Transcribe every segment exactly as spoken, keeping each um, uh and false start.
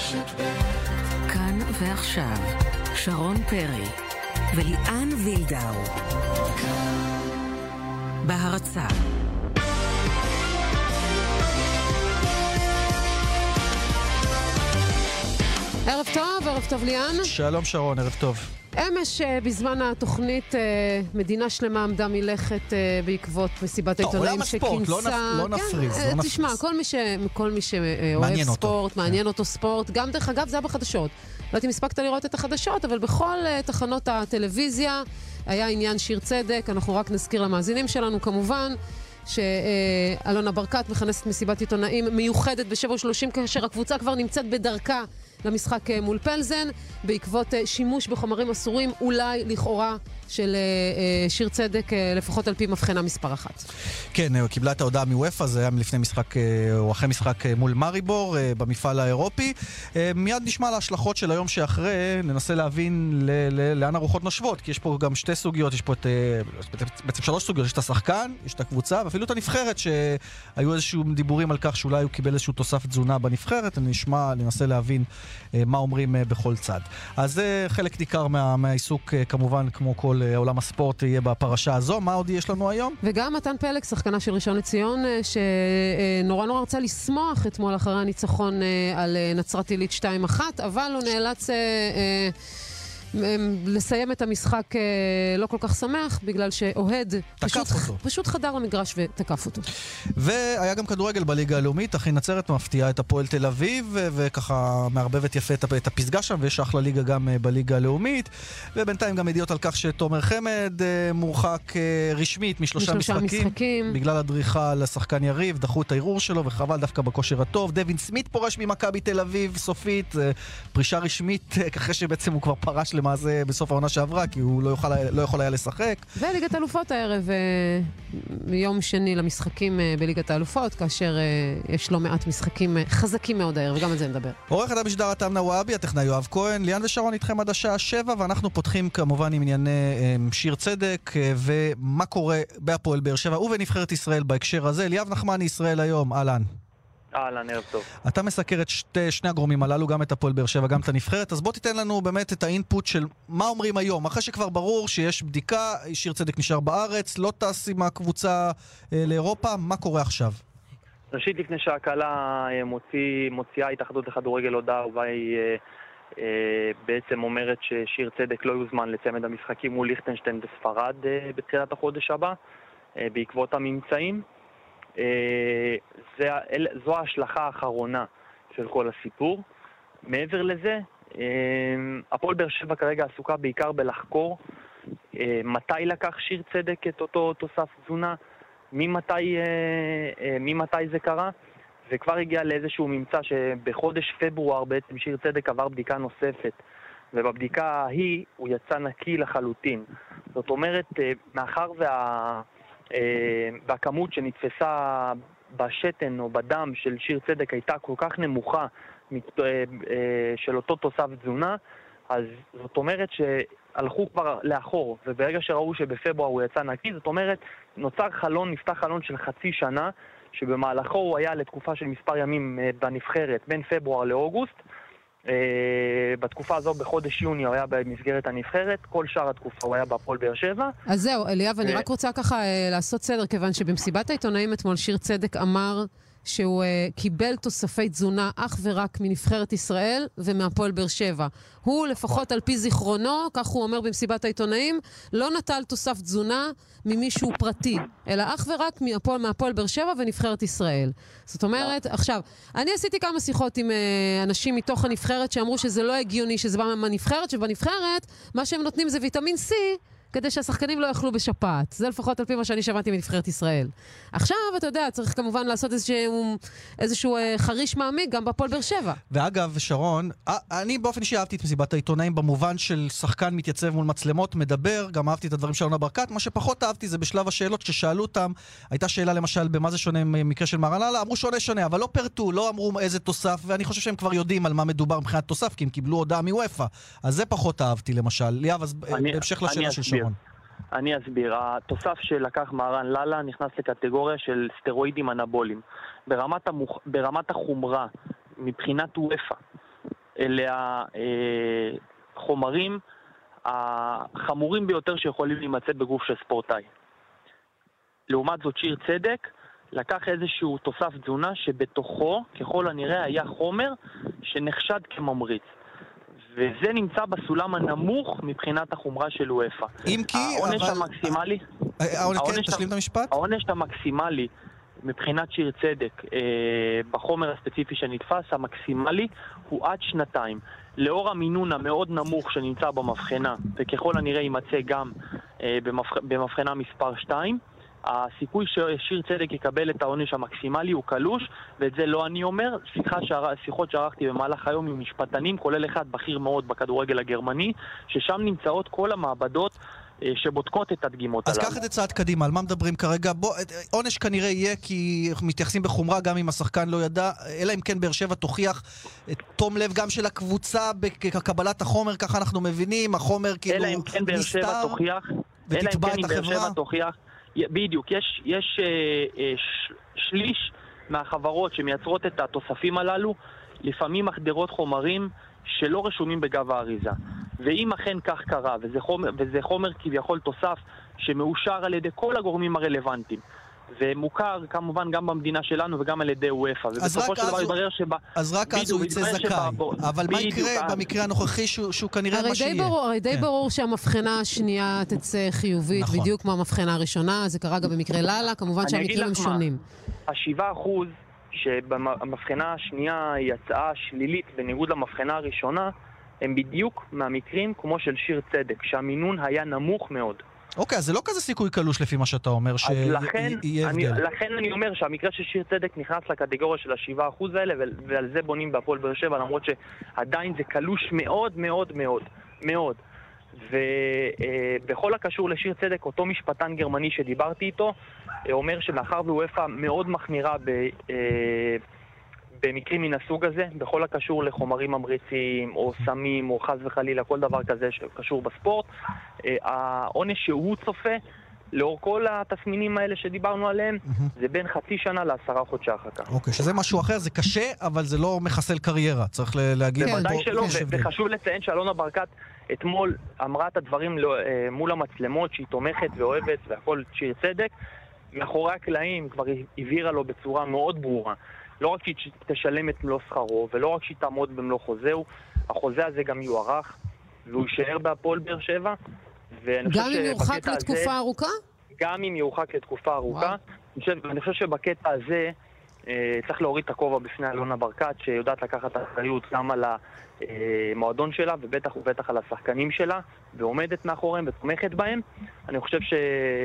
כאן ועכשיו, שרון פרי וליאן וילדאו בהרצה. ערב טוב, ערב טוב ליאן. שלום שרון, ערב טוב. אמש בזמן התוכנית מדינה שלמה עמדה מלכת בעקבות מסיבת העיתונאים שכינסה. לא נפריז. תשמע, כל מי שאוהב ספורט, מעניין אותו ספורט, גם דרך אגב זה היה בחדשות. לא הייתי מספקת לראות את החדשות, אבל בכל תחנות הטלוויזיה היה עניין שיר צדק. אנחנו רק נזכיר למאזינים שלנו כמובן שאלונה ברקת מכנסת מסיבת עיתונאים מיוחדת ב-שבע שלושים כאשר הקבוצה כבר נמצאת בדרכה למשחק מול פלזן, בעקבות שימוש בחומרים אסורים, אולי לכאורה של שיר צדק, לפחות על פי מבחנה מספר אחת. כן, קיבלה את ההודעה מוופא, זה היה מלפני משחק, או אחרי משחק מול מריבור, במפעל האירופי. מיד נשמע להשלכות של היום שאחרי, ננסה להבין לאן הרוחות נושבות, כי יש פה גם שתי סוגיות, יש פה את, בעצם שלוש סוגיות, יש את השחקן, יש את הקבוצה, ואפילו את הנבחרת, שהיו איזשהו דיבורים על כך שאולי הוא קיבל איזשהו תוסף תזונה בנבחרת, נשמע, ננסה להבין מה אומרים בכל צד. אז זה חלק ניכר מה, מהעיסוק, כמובן, כמו כל עולם הספורט יהיה בפרשה הזו. מה עוד יש לנו היום? וגם מתן פלג, שחקנה של ראשון לציון, שנורא נורא רצה לשמוח אתמול אחרי הניצחון על נצרת עילית שתיים אחת, אבל הוא נאלץ לסיים את המשחק לא כל כך שמח, בגלל שאוהד פשוט, פשוט חדר למגרש ותקף אותו. והיה גם כדורגל בליגה הלאומית, אחי נצרת מפתיעה את הפועל תל אביב, וככה מערבבת יפה את הפסגה שם, ויש אחלה ליגה גם בליגה הלאומית, ובינתיים גם ידיעות על כך שתומר חמד מורחק רשמית משלושה משחקים, משחקים, בגלל הדריכה לשחקן יריב, דחו את הערעור שלו, וחבל דווקא בכושר הטוב. דווין סמית פורש ממכבי תל אביב, סופית, פרישה רשמית, אחרי שבעצם הוא כבר פרש למעשה בסוף העונה שעברה, כי הוא לא יכול, לא יכול היה לשחק. וליגת האלופות הערב, יום שני למשחקים בליגת האלופות, כאשר יש לא מעט משחקים חזקים מאוד הערב, וגם על זה נדבר. עורכת המשדר תמנה וואבי, הטכנאי יואב כהן, ליאן ושרון איתכם עד השעה שבע, ואנחנו פותחים כמובן עם ענייני שיר צדק, ומה קורה בהפועל באר שבע ובנבחרת ישראל בהקשר הזה. ליאב נחמני, ישראל היום, אהלן. אהלן, ערב טוב. אתה מסקר את שתי, שני הגורמים הללו, גם את הפועל באר שבע, גם את הנבחרת, אז בוא תיתן לנו באמת את האינפוט של מה אומרים היום, אחרי שכבר ברור שיש בדיקה, שיר צדק נשאר בארץ, לא טס עם הקבוצה אה, לאירופה, מה קורה עכשיו? ראשית, לפני שהקלה מוציא, מוציאה התאחדות לכדורגל הודעה, והיא אה, אה, בעצם אומרת ששיר צדק לא יוזמן לצמד המשחקים מול ליכטנשטיין בספרד אה, בתחילת החודש הבא, אה, בעקבות הממצאים. זה, זו ההשלכה האחרונה של כל הסיפור. מעבר לזה, הפועל באר שבע כרגע עסוקה בעיקר בלחקור מתי לקח שיר צדק את אותו תוסף תזונה, ממתי, ממתי זה קרה, וכבר הגיע לאיזשהו ממצא שבחודש פברואר בעצם שיר צדק עבר בדיקה נוספת, ובבדיקה ההיא הוא יצא נקי לחלוטין. זאת אומרת, מאחר וה... והכמות שנתפסה בשתן או בדם של שיר צדק הייתה כל כך נמוכה של אותו תוסף תזונה, אז זאת אומרת שהלכו כבר לאחור, וברגע שראו שבפברואר הוא יצא נקי, זאת אומרת נוצר חלון, נפתח חלון של חצי שנה, שבמהלכו הוא היה לתקופה של מספר ימים בנבחרת, בין פברואר לאוגוסט. בתקופה הזו בחודש יוני הוא היה במסגרת הנבחרת, כל שאר התקופה הוא היה בהפועל באר שבע. אז זהו, אליאב, אני רק רוצה ככה לעשות סדר, כיוון שבמסיבת העיתונאים אתמול שיר צדק אמר שהוא קיבל תוספי תזונה אך ורק מנבחרת ישראל ומהפועל באר שבע. הוא לפחות על פי זיכרונו, כך הוא אומר במסיבת העיתונאים, לא נטל תוסף תזונה ממישהו פרטי, אלא אך ורק מהפועל, מהפועל באר שבע ונבחרת ישראל. זאת אומרת, עכשיו, אני עשיתי כמה שיחות עם אנשים מתוך הנבחרת שאמרו שזה לא הגיוני שזה בא מהנבחרת, שבנבחרת מה שהם נותנים זה ויטמין C, כדי שהשחקנים לא יאכלו בשפעת. זה לפחות על פי מה שאני שמעתי מנבחרת ישראל. עכשיו, אתה יודע, צריך כמובן לעשות איזשהו, איזשהו אה, חריש מעמיק גם בפועל באר שבע. ואגב, שרון, אני באופן אישי אהבתי את מסיבת העיתונאים במובן של שחקן מתייצב מול מצלמות, מדבר, גם אהבתי את הדברים של אלונה ברקת. מה שפחות אהבתי זה בשלב השאלות ששאלו אותם, הייתה שאלה למשל במה זה שונה ממקרה של מהרן לאללה, אמרו שונה שונה, אבל לא פרטו, לא אמרו איזה תוסף, ואני חושב שהם כבר יודעים על מה מדובר מבחינת תוסף, כי הם קיבלו הודעה מוופא. אז זה פחות אהבתי למשל. ליאב, אז בהמשך לשאלה של שרון. אני אסביר. התוסף שלקח מהרן לאללה נכנס לקטגוריה של סטרואידים אנבוליים. ברמת, המוח... ברמת החומרה, מבחינת וופא, אלה החומרים החמורים ביותר שיכולים להימצא בגוף של ספורטאי. לעומת זאת שיר צדק לקח איזשהו תוסף תזונה שבתוכו ככל הנראה היה חומר שנחשד כממריץ. וזה נמצא בסולם הנמוך מבחינת החומרה של אופה. אם כי... העונש אבל... המקסימלי... העונש, כן, תשלים את המשפט. העונש המקסימלי מבחינת שיר צדק אה, בחומר הספציפי שנתפס, המקסימלי הוא עד שנתיים. לאור המינון המאוד נמוך שנמצא במבחנה, וככל הנראה יימצא גם אה, במבח... במבחנה מספר שתיים, הסיכוי ששיר צדק יקבל את העונש המקסימלי הוא קלוש, ואת זה לא אני אומר. שיחה שער... שיחות שערכתי במהלך היום עם משפטנים, כולל אחד בכיר מאוד בכדורגל הגרמני, ששם נמצאות כל המעבדות שבודקות את הדגימות אז עליו. אז קח את זה צעד קדימה, על מה מדברים כרגע? בוא, עונש כנראה יהיה כי מתייחסים בחומרה גם אם השחקן לא ידע, אלא אם כן באר שבע תוכיח תום לב גם של הקבוצה בקבלת החומר, ככה אנחנו מבינים, החומר כאילו אלא אם כן באר שבע תוכיח, אלא אם כן באר שבע תוכיח, בדיוק, יש, יש אה, אה, ש, שליש מהחברות שמייצרות את התוספים הללו, לפעמים מחדרות חומרים שלא רשומים בגב האריזה. ואם אכן כך קרה, וזה חומר, וזה חומר כביכול תוסף שמאושר על ידי כל הגורמים הרלוונטיים, ומוכר כמובן גם במדינה שלנו וגם על ידי אופה, ובסופו של דבר יתברר שבא... אז רק אז הוא יצא זכאי. אבל מה יקרה במקרה הנוכחי שהוא כנראה מה שיהיה? הרי די ברור שהמבחנה השנייה תצא חיובית, בדיוק כמו המבחנה הראשונה, זה קרה גם במקרה לילה, כמובן שהמקרים הם שונים. השבעה אחוז שבמבחנה השנייה יצאה שלילית בניגוד למבחנה הראשונה, הם בדיוק מהמקרים כמו של שיר צדק, שהמינון היה נמוך מאוד. אוקיי, אז זה לא כזה סיכוי קלוש לפי מה שאתה אומר, שיהיה הבדל. לכן אני אומר שהמקרה של שיר צדק נכנס לקטגוריה של השבעה אחוז האלה, ועל זה בונים בהפועל באר שבע, למרות שעדיין זה קלוש מאוד מאוד מאוד מאוד. ובכל הקשור לשיר צדק, אותו משפטן גרמני שדיברתי איתו, אומר שמאחר ואופה מאוד מחמירה ב... במקרים מן הסוג הזה, בכל הקשור לחומרים ממריצים, או סמים, או חס וחלילה, כל דבר כזה שקשור בספורט, העונש שהוא צופה, לאור כל התסמינים האלה שדיברנו עליהם, זה בין חצי שנה לעשרה חודשי אחר כך. אוקיי, שזה משהו אחר, זה קשה, אבל זה לא מחסל קריירה, צריך להגיד. בוודאי שלא, וחשוב לציין שאלונה ברקת אתמול אמרה את הדברים מול המצלמות, שהיא תומכת ואוהבת, והכל שיר צדק, מאחורי הקלעים כבר הבהירה לו בצורה מאוד ברורה. לא רק שהיא תשלם את מלוא שכרו, ולא רק שהיא תעמוד במלוא חוזהו, החוזה הזה גם יוארך, והוא יישאר בהפועל באר שבע. גם אם יורחק לתקופה ארוכה? גם אם יורחק לתקופה ארוכה. אני חושב שבקטע הזה צריך להוריד את הכובע בפני אלונה ברקת, שיודעת לקחת אחריות גם על המועדון שלה, ובטח ובטח על השחקנים שלה, ועומדת מאחוריהם ותומכת בהם. אני חושב ש...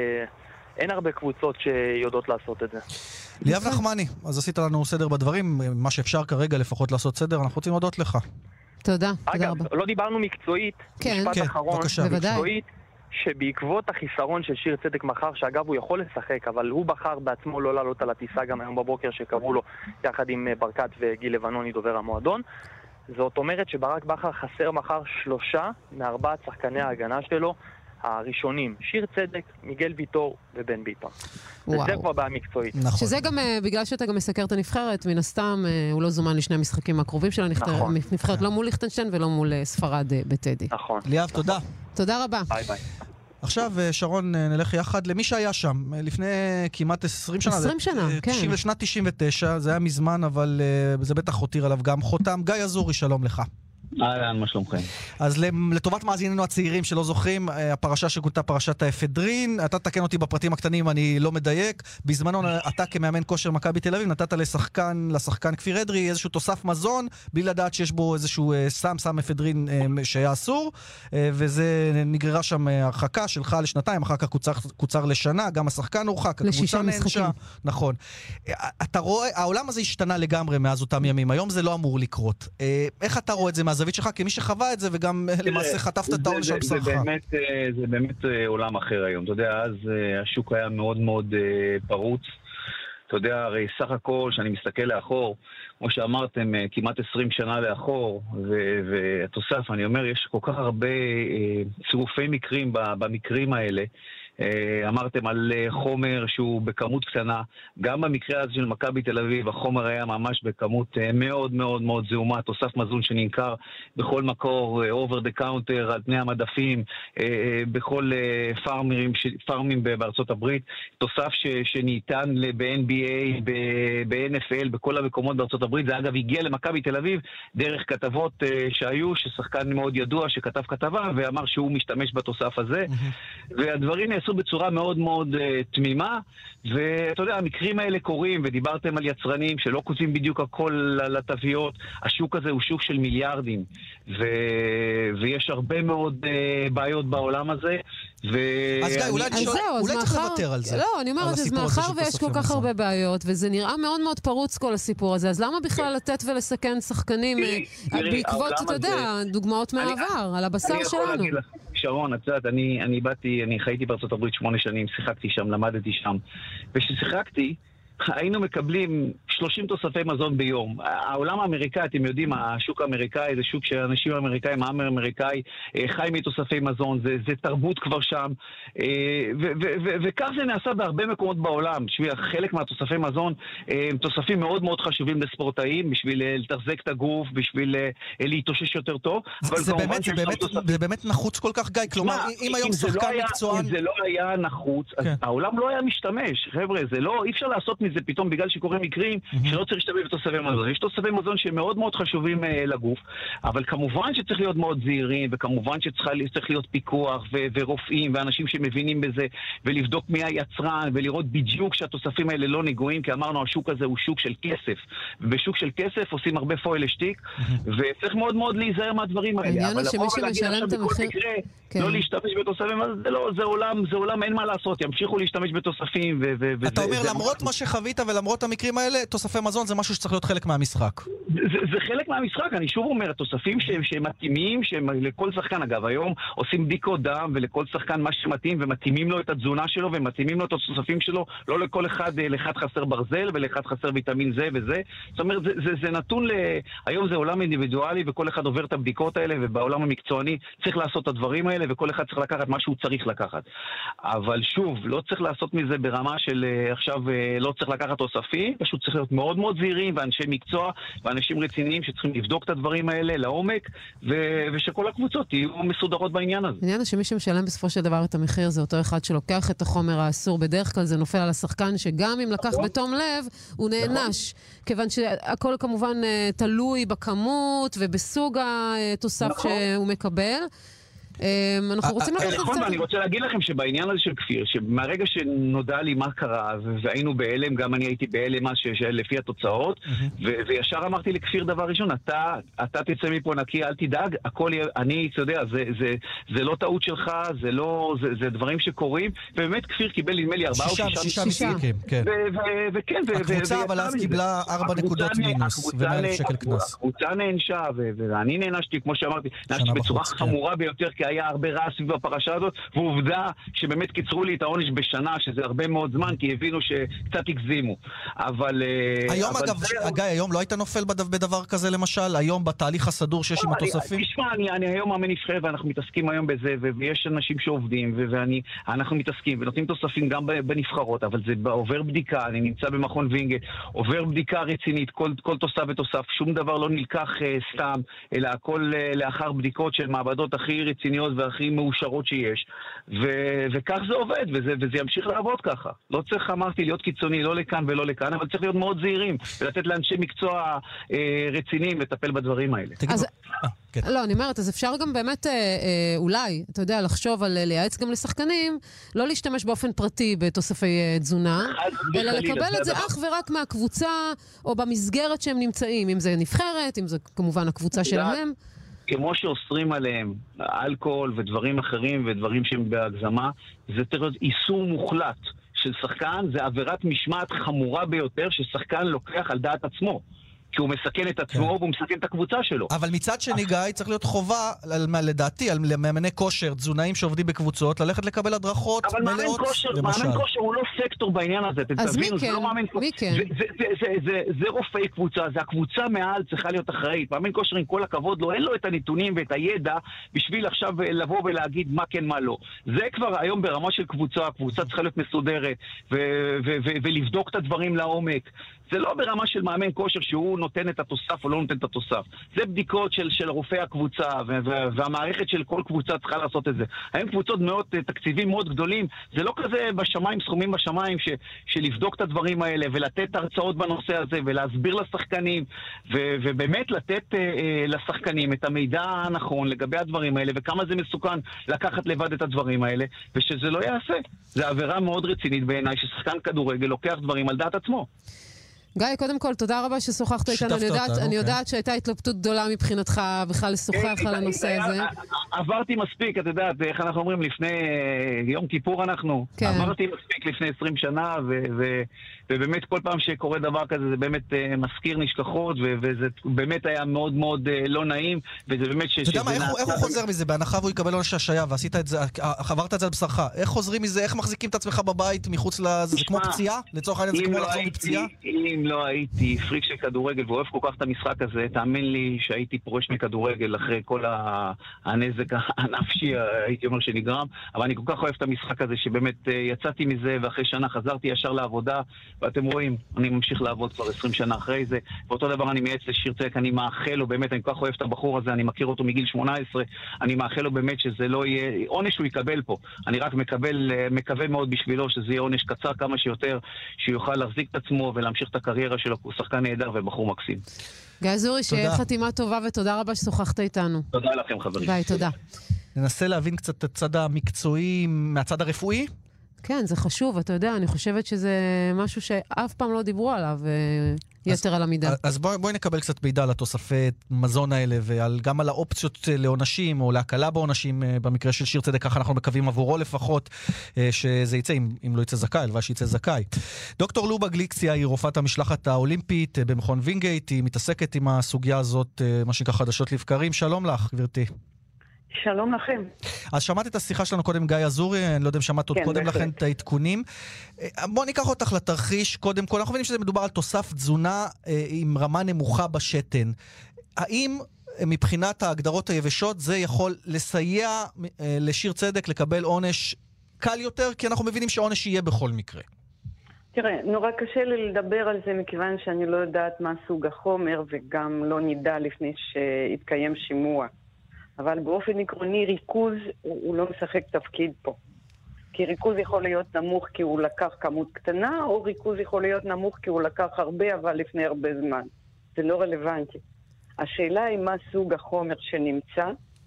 אין הרבה קבוצות שיודעות לעשות את זה. ליאב נחמני, אז עשית לנו סדר בדברים, מה שאפשר כרגע לפחות לעשות סדר, אנחנו רוצים להודות לך. תודה, תודה רבה. אגב, לא דיברנו מקצועית, משפט אחרון, מקצועית, שבעקבות החיסרון של שיר צדק מחר, שאגב הוא יכול לשחק, אבל הוא בחר בעצמו לא לעלות על הטיסה גם היום בבוקר שקראו לו, יחד עם ברקת וגיל לבנוני דובר המועדון. זאת אומרת שברק בכר חסר מחר שלושה מארבעת שחקני ההגנה שלו, הראשונים, שיר צדק, מיגל ויטור ובן ביטון. וזה כבר בעיה מקצועית. נכון. שזה גם, בגלל שאתה גם מסקר את הנבחרת, מן הסתם הוא לא זומן לשני המשחקים הקרובים של הנבחרת, נכון. לא מול ליכטנשטיין ולא מול ספרד בטדי. נכון. ליאב, נכון. תודה. תודה רבה. ביי ביי. עכשיו, שרון, נלך יחד למי שהיה שם, לפני כמעט עשרים שנה. עשרים שנה, כן. לשנת תשעים ותשע, זה היה מזמן, אבל זה בטח הותיר עליו גם חותם. גיא אזורי, שלום לך. אהלן, מה שלומכם? אז לטובת מאזיננו הצעירים שלא זוכרים, הפרשה שכונתה פרשת האפדרין, אתה תקן אותי בפרטים הקטנים, אני לא מדייק. בזמנו אתה כמאמן כושר מכבי תל אביב נתת לשחקן, לשחקן כפיר אדרי איזשהו תוסף מזון, בלי לדעת שיש בו איזשהו סם, סם אפדרין שהיה אסור, וזה נגררה שם הרחקה שלך לשנתיים, אחר כך קוצר, קוצר לשנה, גם השחקן הורחק, הקבוצה נענשה. נכון. אתה רואה, העולם הזה השתנה לגמרי מאז אותם ימים, היום זה לא אמור לקרות. איך אתה רואה את זה מהזווית שלך, כמי שחווה את זה, וגם למעשה חטפת את העול של בשרך. זה באמת עולם אחר היום. אתה יודע, אז השוק היה מאוד מאוד פרוץ. אתה יודע, הרי סך הכל, שאני מסתכל לאחור, כמו שאמרתם, כמעט עשרים שנה לאחור, והתוסף, אני אומר, יש כל כך הרבה צירופי מקרים במקרים האלה, אמרתם על חומר שהוא בכמות קטנה. גם במקרה הזה של מכבי תל אביב, החומר היה ממש בכמות מאוד מאוד מאוד זעומה, תוסף מזון שנמכר בכל מקור, over the counter, על פני המדפים, בכל פארמים, פארמים בארצות הברית, תוסף ש, שניתן ב-אן בי איי, ב-אן אף אל, בכל המקומות בארצות הברית. זה אגב הגיע למכבי תל אביב דרך כתבות שהיו, ששחקן מאוד ידוע שכתב כתבה ואמר שהוא משתמש בתוסף הזה, והדברים נעשו בצורה מאוד מאוד תמימה, ואתה יודע, המקרים האלה קורים, ודיברתם על יצרנים שלא כותבים בדיוק הכל לתוויות. השוק הזה הוא שוק של מיליארדים, ו... ויש הרבה מאוד uh, בעיות בעולם הזה. ו... אז גיא, אולי, אז שואל, זהו, אולי אז צריך מאחר... לוותר על זה. לא, אני אומרת, אז מאחר ויש כל כך הרבה בעיות, וזה נראה מאוד מאוד פרוץ כל הסיפור הזה, אז למה בכלל לתת ולסכן שחקנים בעקבות, אתה יודע, דוגמאות מהעבר, על הבשר שלנו? שרון, את יודעת, אני, אני באתי, אני חייתי בארצות הברית שמונה שנים, שיחקתי שם, למדתי שם, וכששיחקתי, היינו מקבלים שלושים תוספי מזון ביום. העולם האמריקאי, אתם יודעים, השוק האמריקאי זה שוק שאנשים האמריקאים, העם האמריקאי חי מתוספי מזון, זה, זה תרבות כבר שם, וכך זה נעשה בהרבה מקומות בעולם. בשביל חלק מהתוספי מזון הם תוספים מאוד מאוד חשובים לספורטאים, בשביל לתחזק את הגוף, בשביל להתאושש יותר טוב. זה באמת, זה באמת, זה באמת נחוץ כל כך, גיא? כלומר, אם היום שחקן מקצוען... אם זה לא היה נחוץ, אז העולם לא היה משתמש. חבר'ה, זה לא, אי אפשר לעשות מזה פתאום בגלל שקוראים מקרים שלא צריך להשתמש בתוספי מזון. יש תוספי מזון שהם מאוד מאוד חשובים לגוף, אבל כמובן שצריך להיות מאוד זהירים, וכמובן שצריך להיות פיקוח ורופאים ואנשים שמבינים בזה, ולבדוק מי היצרן, ולראות בדיוק שהתוספים האלה לא נגועים, כי אמרנו, השוק הזה הוא שוק של כסף, ובשוק של כסף עושים הרבה פועל לשטיק, וצריך מאוד מאוד להיזהר מהדברים האלה. אבל לבוא ולהגיד עכשיו בכל מקרה לא להשתמש בתוספים, זה עולם, אין מה לעשות, ימשיכו להשתמש בתוספים. אתה אומר, למרות מה שחווית ולמרות המקרים האלה, תוספי מזון זה משהו שצריך להיות חלק מהמשחק. זה, זה חלק מהמשחק, אני שוב אומר, התוספים שהם, שהם מתאימים, שהם לכל שחקן, אגב, היום עושים בדיקות דם, ולכל שחקן מה שמתאים, ומתאימים לו את התזונה שלו, ומתאימים לו את התוספים שלו, לא לכל אחד, לאחד חסר ברזל, ולאחד חסר ויטמין זה וזה. זאת אומרת, זה, זה, זה נתון ל... היום זה עולם אינדיבידואלי, וכל אחד עובר את הבדיקות האלה, ובעולם המקצועני צריך לעשות את הדברים האלה, וכל אחד צריך לקחת מה שהוא צריך לקחת. אבל שוב, לא צריך לעשות מזה ברמה של עכשיו לא צריך לקחת תוספים, פשוט צריך להיות מאוד מאוד זהירים, ואנשי מקצוע, ואנשים רציניים שצריכים לבדוק את הדברים האלה לעומק, ו- ושכל הקבוצות יהיו מסודרות בעניין הזה. העניין שמי שמשלם בסופו של דבר את המחיר זה אותו אחד שלוקח את החומר האסור, בדרך כלל זה נופל על השחקן, שגם אם לקח בתום לב, הוא נענש, כיוון שהכל כמובן תלוי בכמות ובסוג התוסף שהוא מקבל. אנחנו רוצים לקחת נכון, קצת... ואני רוצה להגיד לכם שבעניין הזה של כפיר, שמהרגע שנודע לי מה קרה, והיינו בהלם, גם אני הייתי בהלם לפי התוצאות, וישר אמרתי לכפיר דבר ראשון, אתה תצא מפה נקי, אל תדאג, הכל, אני, אתה יודע, זה לא טעות שלך, זה דברים שקורים, ובאמת כפיר קיבל נדמה לי ארבעה או שישה משחקים, כן. וכן, הקבוצה אבל אז קיבלה ארבע נקודות מינוס, ומאה אלף שקל קנס. הקבוצה נענשה, ואני נענשתי, כמו שאמרתי, נענשתי בצורה חמורה ביותר, כי היה הרבה רע סביב הפרשה הזאת, ועובדה שבאמת קיצרו לי את העונש בשנה, שזה הרבה מאוד זמן, כי הבינו שקצת הגזימו. אבל... היום אבל אגב, זה... גיא, היום לא היית נופל בדבר כזה למשל? היום בתהליך הסדור שיש עם התוספים? תשמע, אני, אני היום מאמן נבחרת, ואנחנו מתעסקים היום בזה, ויש אנשים שעובדים, ואנחנו מתעסקים, ונותנים תוספים גם בנבחרות, אבל זה עובר בדיקה, אני נמצא במכון וינגייט, עובר בדיקה רצינית, כל, כל תוסף ותוסף, שום דבר לא נלקח uh, סתם, אלא הכל uh, לאחר בדיקות של מעבדות הכי רציניות והכי מאושרות שיש, ו- וכך זה עובד, וזה, וזה ימשיך לעבוד ככה. לא צריך, אמרתי, להיות קיצוני, לא לכאן ולא לכאן, אבל צריך להיות מאוד זהירים, ולתת לאנשי מקצוע אה, רציניים לטפל בדברים האלה. אז, לא, אני אומרת, אז אפשר גם באמת, אה, אה, אולי, אתה יודע, לחשוב על לייעץ גם לשחקנים, לא להשתמש באופן פרטי בתוספי אה, תזונה, אלא לקבל את זה אך ורק מהקבוצה, או במסגרת שהם נמצאים, אם זה נבחרת, אם זה כמובן הקבוצה שלהם. כמו שאוסרים עליהם אלכוהול ודברים אחרים ודברים שהם בהגזמה, זה תראה איסור מוחלט של שחקן, זה עבירת משמעת חמורה ביותר ששחקן לוקח על דעת עצמו. כי הוא מסכן את עצמו, והוא מסכן את הקבוצה שלו. אבל מצד שני, גיא, צריך להיות חובה, לדעתי, על מאמני כושר, תזונאים שעובדים בקבוצות, ללכת לקבל הדרכות מלאות, למשל. אבל מאמן כושר הוא לא סקטור בעניין הזה, אז מי כן? מי כן? זה רופאי קבוצה, זה הקבוצה מעל צריכה להיות אחראית. מאמן כושר, עם כל הכבוד לו, אין לו את הנתונים ואת הידע בשביל עכשיו לבוא ולהגיד מה כן, מה לא. זה כבר היום ברמה של קבוצה, הקבוצה צריכה להיות מסודרת ולבדוק את הדברים לעומק. זה לא ברמה של מאמן כושר שהוא נותן את התוסף או לא נותן את התוסף. זה בדיקות של, של רופאי הקבוצה, והמערכת של כל קבוצה צריכה לעשות את זה. היום קבוצות מאוד, תקציבים מאוד גדולים, זה לא כזה בשמיים, סכומים בשמיים, ש, שלבדוק את הדברים האלה, ולתת הרצאות בנושא הזה, ולהסביר לשחקנים, ו, ובאמת לתת אה, לשחקנים את המידע הנכון לגבי הדברים האלה, וכמה זה מסוכן לקחת לבד את הדברים האלה, ושזה לא יעשה. זה עבירה מאוד רצינית בעיניי, ששחקן כדורגל לוקח דברים על דעת עצמו. גיא, קודם כל, תודה רבה ששוחחת איתנו. אני יודעת, אני יודעת שהייתה התלבטות גדולה מבחינתך בכלל לשוחח על הנושא הזה. עברתי מספיק, את יודעת, איך אנחנו אומרים, לפני יום כיפור אנחנו. עברתי מספיק לפני עשרים שנה, ובאמת כל פעם שקורה דבר כזה, זה באמת מזכיר נשכחות, וזה באמת היה מאוד מאוד לא נעים, וזה באמת ש... אתה יודע מה, איך הוא חוזר מזה? בהנחה והוא יקבל עונש השעיה, ועשית את זה, עברת את זה על בשרך. איך חוזרים מזה? איך מחזיקים את עצמך בבית מחוץ לזה? זה כמו פציעה? לצורך העניין זה כמו לחזור מפציעה? אם לא הייתי פריק של כדורגל ואוהב כל כך את המשחק הזה, תאמין לי שהייתי פורש מכדורגל אחרי כל הנזק הנפשי, הייתי אומר שנגרם, אבל אני כל כך אוהב את המשחק הזה שבאמת יצאתי מזה, ואחרי שנה חזרתי ישר לעבודה, ואתם רואים, אני ממשיך לעבוד כבר עשרים שנה אחרי זה, ואותו דבר אני מייעץ לשיר צדק, אני מאחל לו, באמת, אני כל כך אוהב את הבחור הזה, אני מכיר אותו מגיל שמונה עשרה, אני מאחל לו באמת שזה לא יהיה, עונש הוא יקבל פה, אני רק מקבל, מקווה מאוד בשבילו שזה יהיה עונש קצר כמה שיותר, שיוכל להחזיק את עצמו ולהמשיך את הקריירה שלו, הוא שחקן נהדר ובחור מקסים. גיא זורי, שיהיה חתימה טובה ותודה רבה ששוחחת איתנו. תודה לכם חברים. ביי, תודה. ננסה להבין קצת את הצד המקצועי מהצד הרפואי. כן, זה חשוב, אתה יודע, אני חושבת שזה משהו שאף פעם לא דיברו עליו, יתר על המידה. אז בואי בוא נקבל קצת מידע על התוספי מזון האלה, וגם על האופציות לעונשים, או להקלה בעונשים, במקרה של שיר צדק, ככה אנחנו מקווים עבורו לפחות, שזה יצא, אם, אם לא יצא זכאי, הלוואי שיצא זכאי. דוקטור לובה גליקסיה היא רופאת המשלחת האולימפית במכון וינגייט, היא מתעסקת עם הסוגיה הזאת, מה שנקרא חדשות לבקרים. שלום לך, גברתי. שלום לכם. אז שמעת את השיחה שלנו קודם גיא אזורי, אני לא יודע אם שמעת עוד קודם לכן את העדכונים. בוא ניקח אותך לתרחיש קודם כל, אנחנו מבינים שזה מדובר על תוסף תזונה עם רמה נמוכה בשתן. האם מבחינת ההגדרות היבשות זה יכול לסייע לשיר צדק לקבל עונש קל יותר? כי אנחנו מבינים שעונש יהיה בכל מקרה. תראה, נורא קשה לי לדבר על זה מכיוון שאני לא יודעת מה סוג החומר וגם לא נדע לפני שיתקיים שימוע. אבל באופן עקרוני ריכוז הוא, הוא לא משחק תפקיד פה. כי ריכוז יכול להיות נמוך כי הוא לקח כמות קטנה, או ריכוז יכול להיות נמוך כי הוא לקח הרבה, אבל לפני הרבה זמן. זה לא רלוונטי. השאלה היא מה סוג החומר שנמצא,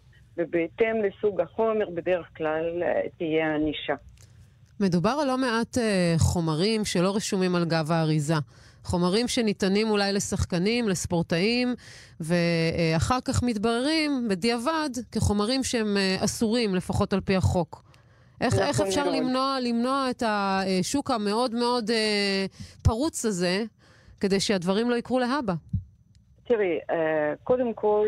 ובהתאם לסוג החומר בדרך כלל תהיה הענישה. מדובר על לא מעט uh, חומרים שלא רשומים על גב האריזה. חומרים שניתנים אולי לשחקנים, לספורטאים, ואחר כך מתבררים בדיעבד כחומרים שהם אסורים, לפחות על פי החוק. איך, איך אפשר למנוע, למנוע את השוק המאוד מאוד פרוץ הזה, כדי שהדברים לא יקרו להבא? תראי, קודם כל,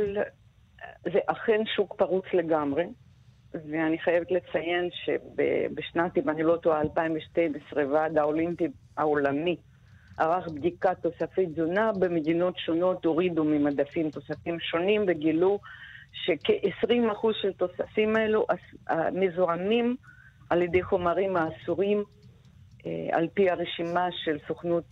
זה אכן שוק פרוץ לגמרי, ואני חייבת לציין שבשנת, אם אני לא טועה, אלפיים ושתים עשרה, ועד האולימפי העולמי, ערך בדיקת תוספי תזונה במדינות שונות, הורידו ממדפים תוספים שונים וגילו שכ-עשרים אחוז של תוספים האלו מזוהמים על ידי חומרים האסורים על פי הרשימה של סוכנות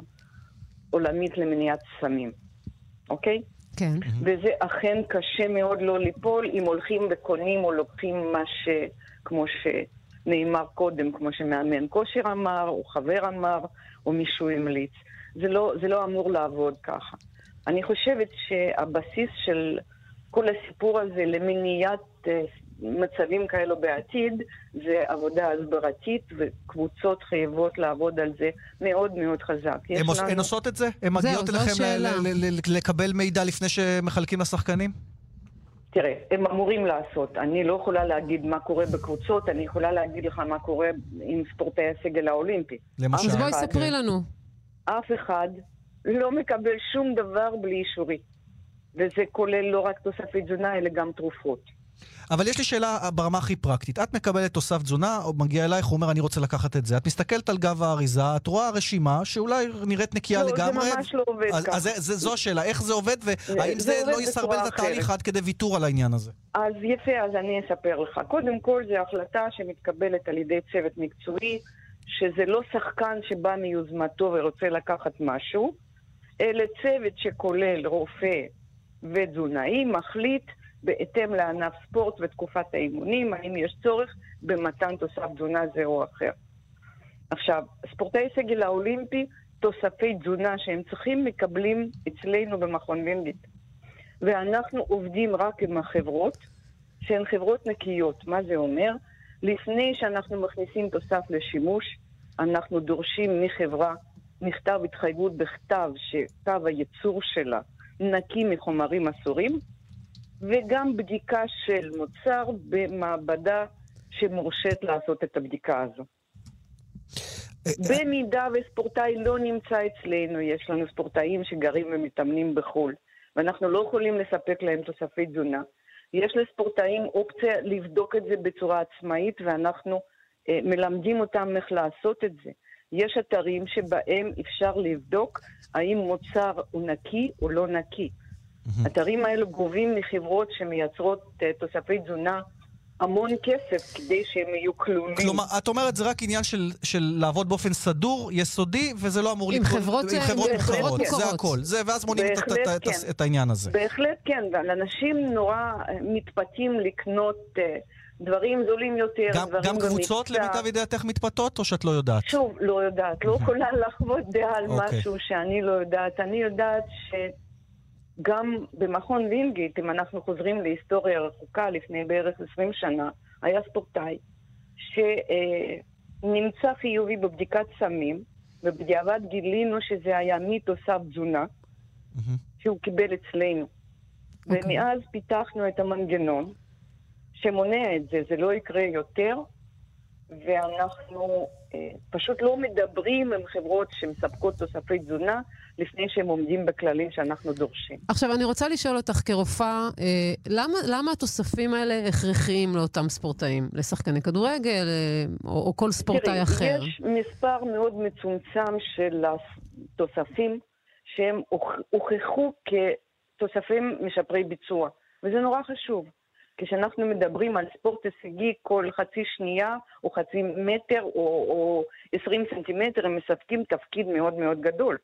העולמית למניעת סמים. אוקיי? כן. וזה אכן קשה מאוד לא ליפול אם הולכים וקונים או לוקחים מה ש... כמו שנאמר קודם, כמו שמאמן כושר אמר, או חבר אמר, או מישהו המליץ. זה לא, זה לא אמור לעבוד ככה. אני חושבת שהבסיס של כל הסיפור הזה למניעת uh, מצבים כאלו בעתיד, זה עבודה הסברתית, וקבוצות חייבות לעבוד על זה מאוד מאוד חזק. הן לנו... עושות את זה? הן מגיעות אליכם לקבל מידע לפני שמחלקים לשחקנים? תראה, הם אמורים לעשות. אני לא יכולה להגיד מה קורה בקבוצות, אני יכולה להגיד לך מה קורה עם ספורטאי הסגל האולימפי. למשל. אז בואי ספרי לנו. אף אחד לא מקבל שום דבר בלי אישורי. וזה כולל לא רק תוספי תזונה, אלא גם תרופות. אבל יש לי שאלה ברמה הכי פרקטית. את מקבלת תוסף תזונה, או מגיע אלייך, הוא אומר, אני רוצה לקחת את זה. את מסתכלת על גב האריזה, את רואה רשימה שאולי נראית נקייה לא, לגמרי. זה ממש לא עובד אז, ככה. אז זה, זה, זו השאלה, איך זה עובד, והאם זה, זה זה לא יסרבל את התהליך עד כדי ויתור על העניין הזה? אז יפה, אז אני אספר לך. קודם כל, זו החלטה שמתקבלת על ידי צוות מקצועי, שזה לא שחקן שבא מיוזמתו ורוצה לקחת משהו, אלא צוות שכולל רופא ותזונאי, מחליט בהתאם לענף ספורט ותקופת האימונים, האם יש צורך במתן תוסף תזונה זה או אחר. עכשיו, ספורטאי סגל האולימפי, תוספי תזונה שהם צריכים מקבלים אצלנו במכון וינגייט. ואנחנו עובדים רק עם החברות, שהן חברות נקיות. מה זה אומר? לפני שאנחנו מכניסים תוסף לשימוש, אנחנו דורשים מחברה מכתב התחייבות בכתב שקו הייצור שלה נקי מחומרים אסורים, וגם בדיקה של מוצר במעבדה שמורשת לעשות את הבדיקה הזו. במידה וספורטאי לא נמצא אצלנו, יש לנו ספורטאים שגרים ומתאמנים בחול, ואנחנו לא יכולים לספק להם תוספי תזונה. יש לספורטאים אופציה לבדוק את זה בצורה עצמאית, ואנחנו אה, מלמדים אותם איך לעשות את זה. יש אתרים שבהם אפשר לבדוק האם מוצר הוא נקי או לא נקי. אתרים האלו גובים מחברות שמייצרות uh, תוספי תזונה המון כסף כדי שהם יהיו כלולים. כלומר, את אומרת, זה רק עניין של, של לעבוד באופן סדור, יסודי, וזה לא אמור לקרות... עם חברות, עם חברות מוכרות. זה הכל. זה, ואז מונים את, את, כן. את, את העניין הזה. בהחלט כן, ואנשים נורא מתפתים לקנות uh, דברים זולים יותר, גם, דברים גם קבוצות במקצע. למיטב ידיעתך מתפתות, או שאת לא יודעת? שוב, לא יודעת. לא יכולה לחוות דעה על אוקיי. משהו שאני לא יודעת. אני יודעת ש... גם במכון וינגייט, אם אנחנו חוזרים להיסטוריה רחוקה לפני בערך עשרים שנה, היה ספורטאי שנמצא חיובי בבדיקת סמים, ובדיעבד גילינו שזה היה מתוסף תזונה, שהוא קיבל אצלנו. ומאז פיתחנו את המנגנון שמונע את זה, זה לא יקרה יותר, ואנחנו אה, פשוט לא מדברים עם חברות שמספקות תוספי תזונה לפני שהם עומדים בכללים שאנחנו דורשים. עכשיו, אני רוצה לשאול אותך כרופאה, אה, למה, למה התוספים האלה הכרחיים לאותם ספורטאים? לשחקני כדורגל אה, או, או כל ספורטאי תראי, אחר? יש מספר מאוד מצומצם של התוספים שהם הוכחו כתוספים משפרי ביצוע, וזה נורא חשוב. כשאנחנו מדברים על ספורט הישגי, כל חצי שנייה או חצי מטר או, או עשרים סנטימטר, הם מספקים תפקיד מאוד מאוד גדול.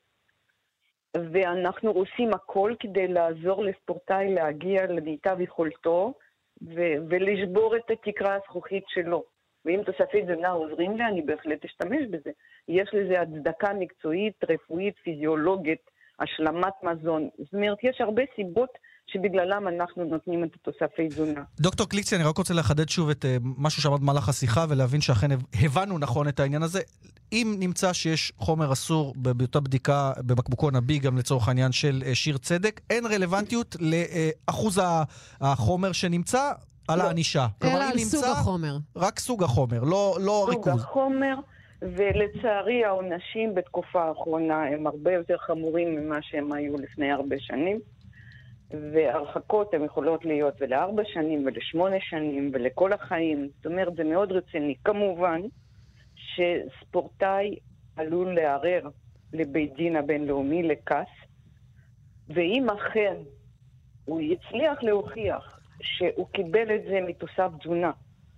ואנחנו עושים הכל כדי לעזור לספורטאי להגיע למיטב יכולתו ו- ולשבור את התקרה הזכוכית שלו. ואם תוספי תזונה עוזרים לי, אני בהחלט אשתמש בזה. יש לזה הצדקה מקצועית, רפואית, פיזיולוגית, השלמת מזון. זאת אומרת, יש הרבה סיבות שבגללם אנחנו נותנים את התוספי תזונה. דוקטור קליצי, אני רק רוצה לחדד שוב את uh, משהו שאמרת במהלך השיחה, ולהבין שאכן הבנו נכון את העניין הזה. אם נמצא שיש חומר אסור באותה בדיקה בבקבוקון הבי, גם לצורך העניין של uh, שיר צדק, אין רלוונטיות לאחוז החומר שנמצא על לא. הענישה. אלא כלומר, על אם סוג נמצא, החומר. רק סוג החומר, לא, לא סוג ריכוז. החומר, ולצערי העונשים בתקופה האחרונה הם הרבה יותר חמורים ממה שהם היו לפני הרבה שנים. והרחקות הן יכולות להיות ולארבע שנים ולשמונה שנים ולכל החיים. זאת אומרת, זה מאוד רציני. כמובן שספורטאי עלול לערער לבית דין הבינלאומי לקס, ואם אכן הוא יצליח להוכיח שהוא קיבל את זה מתוסף תזונה,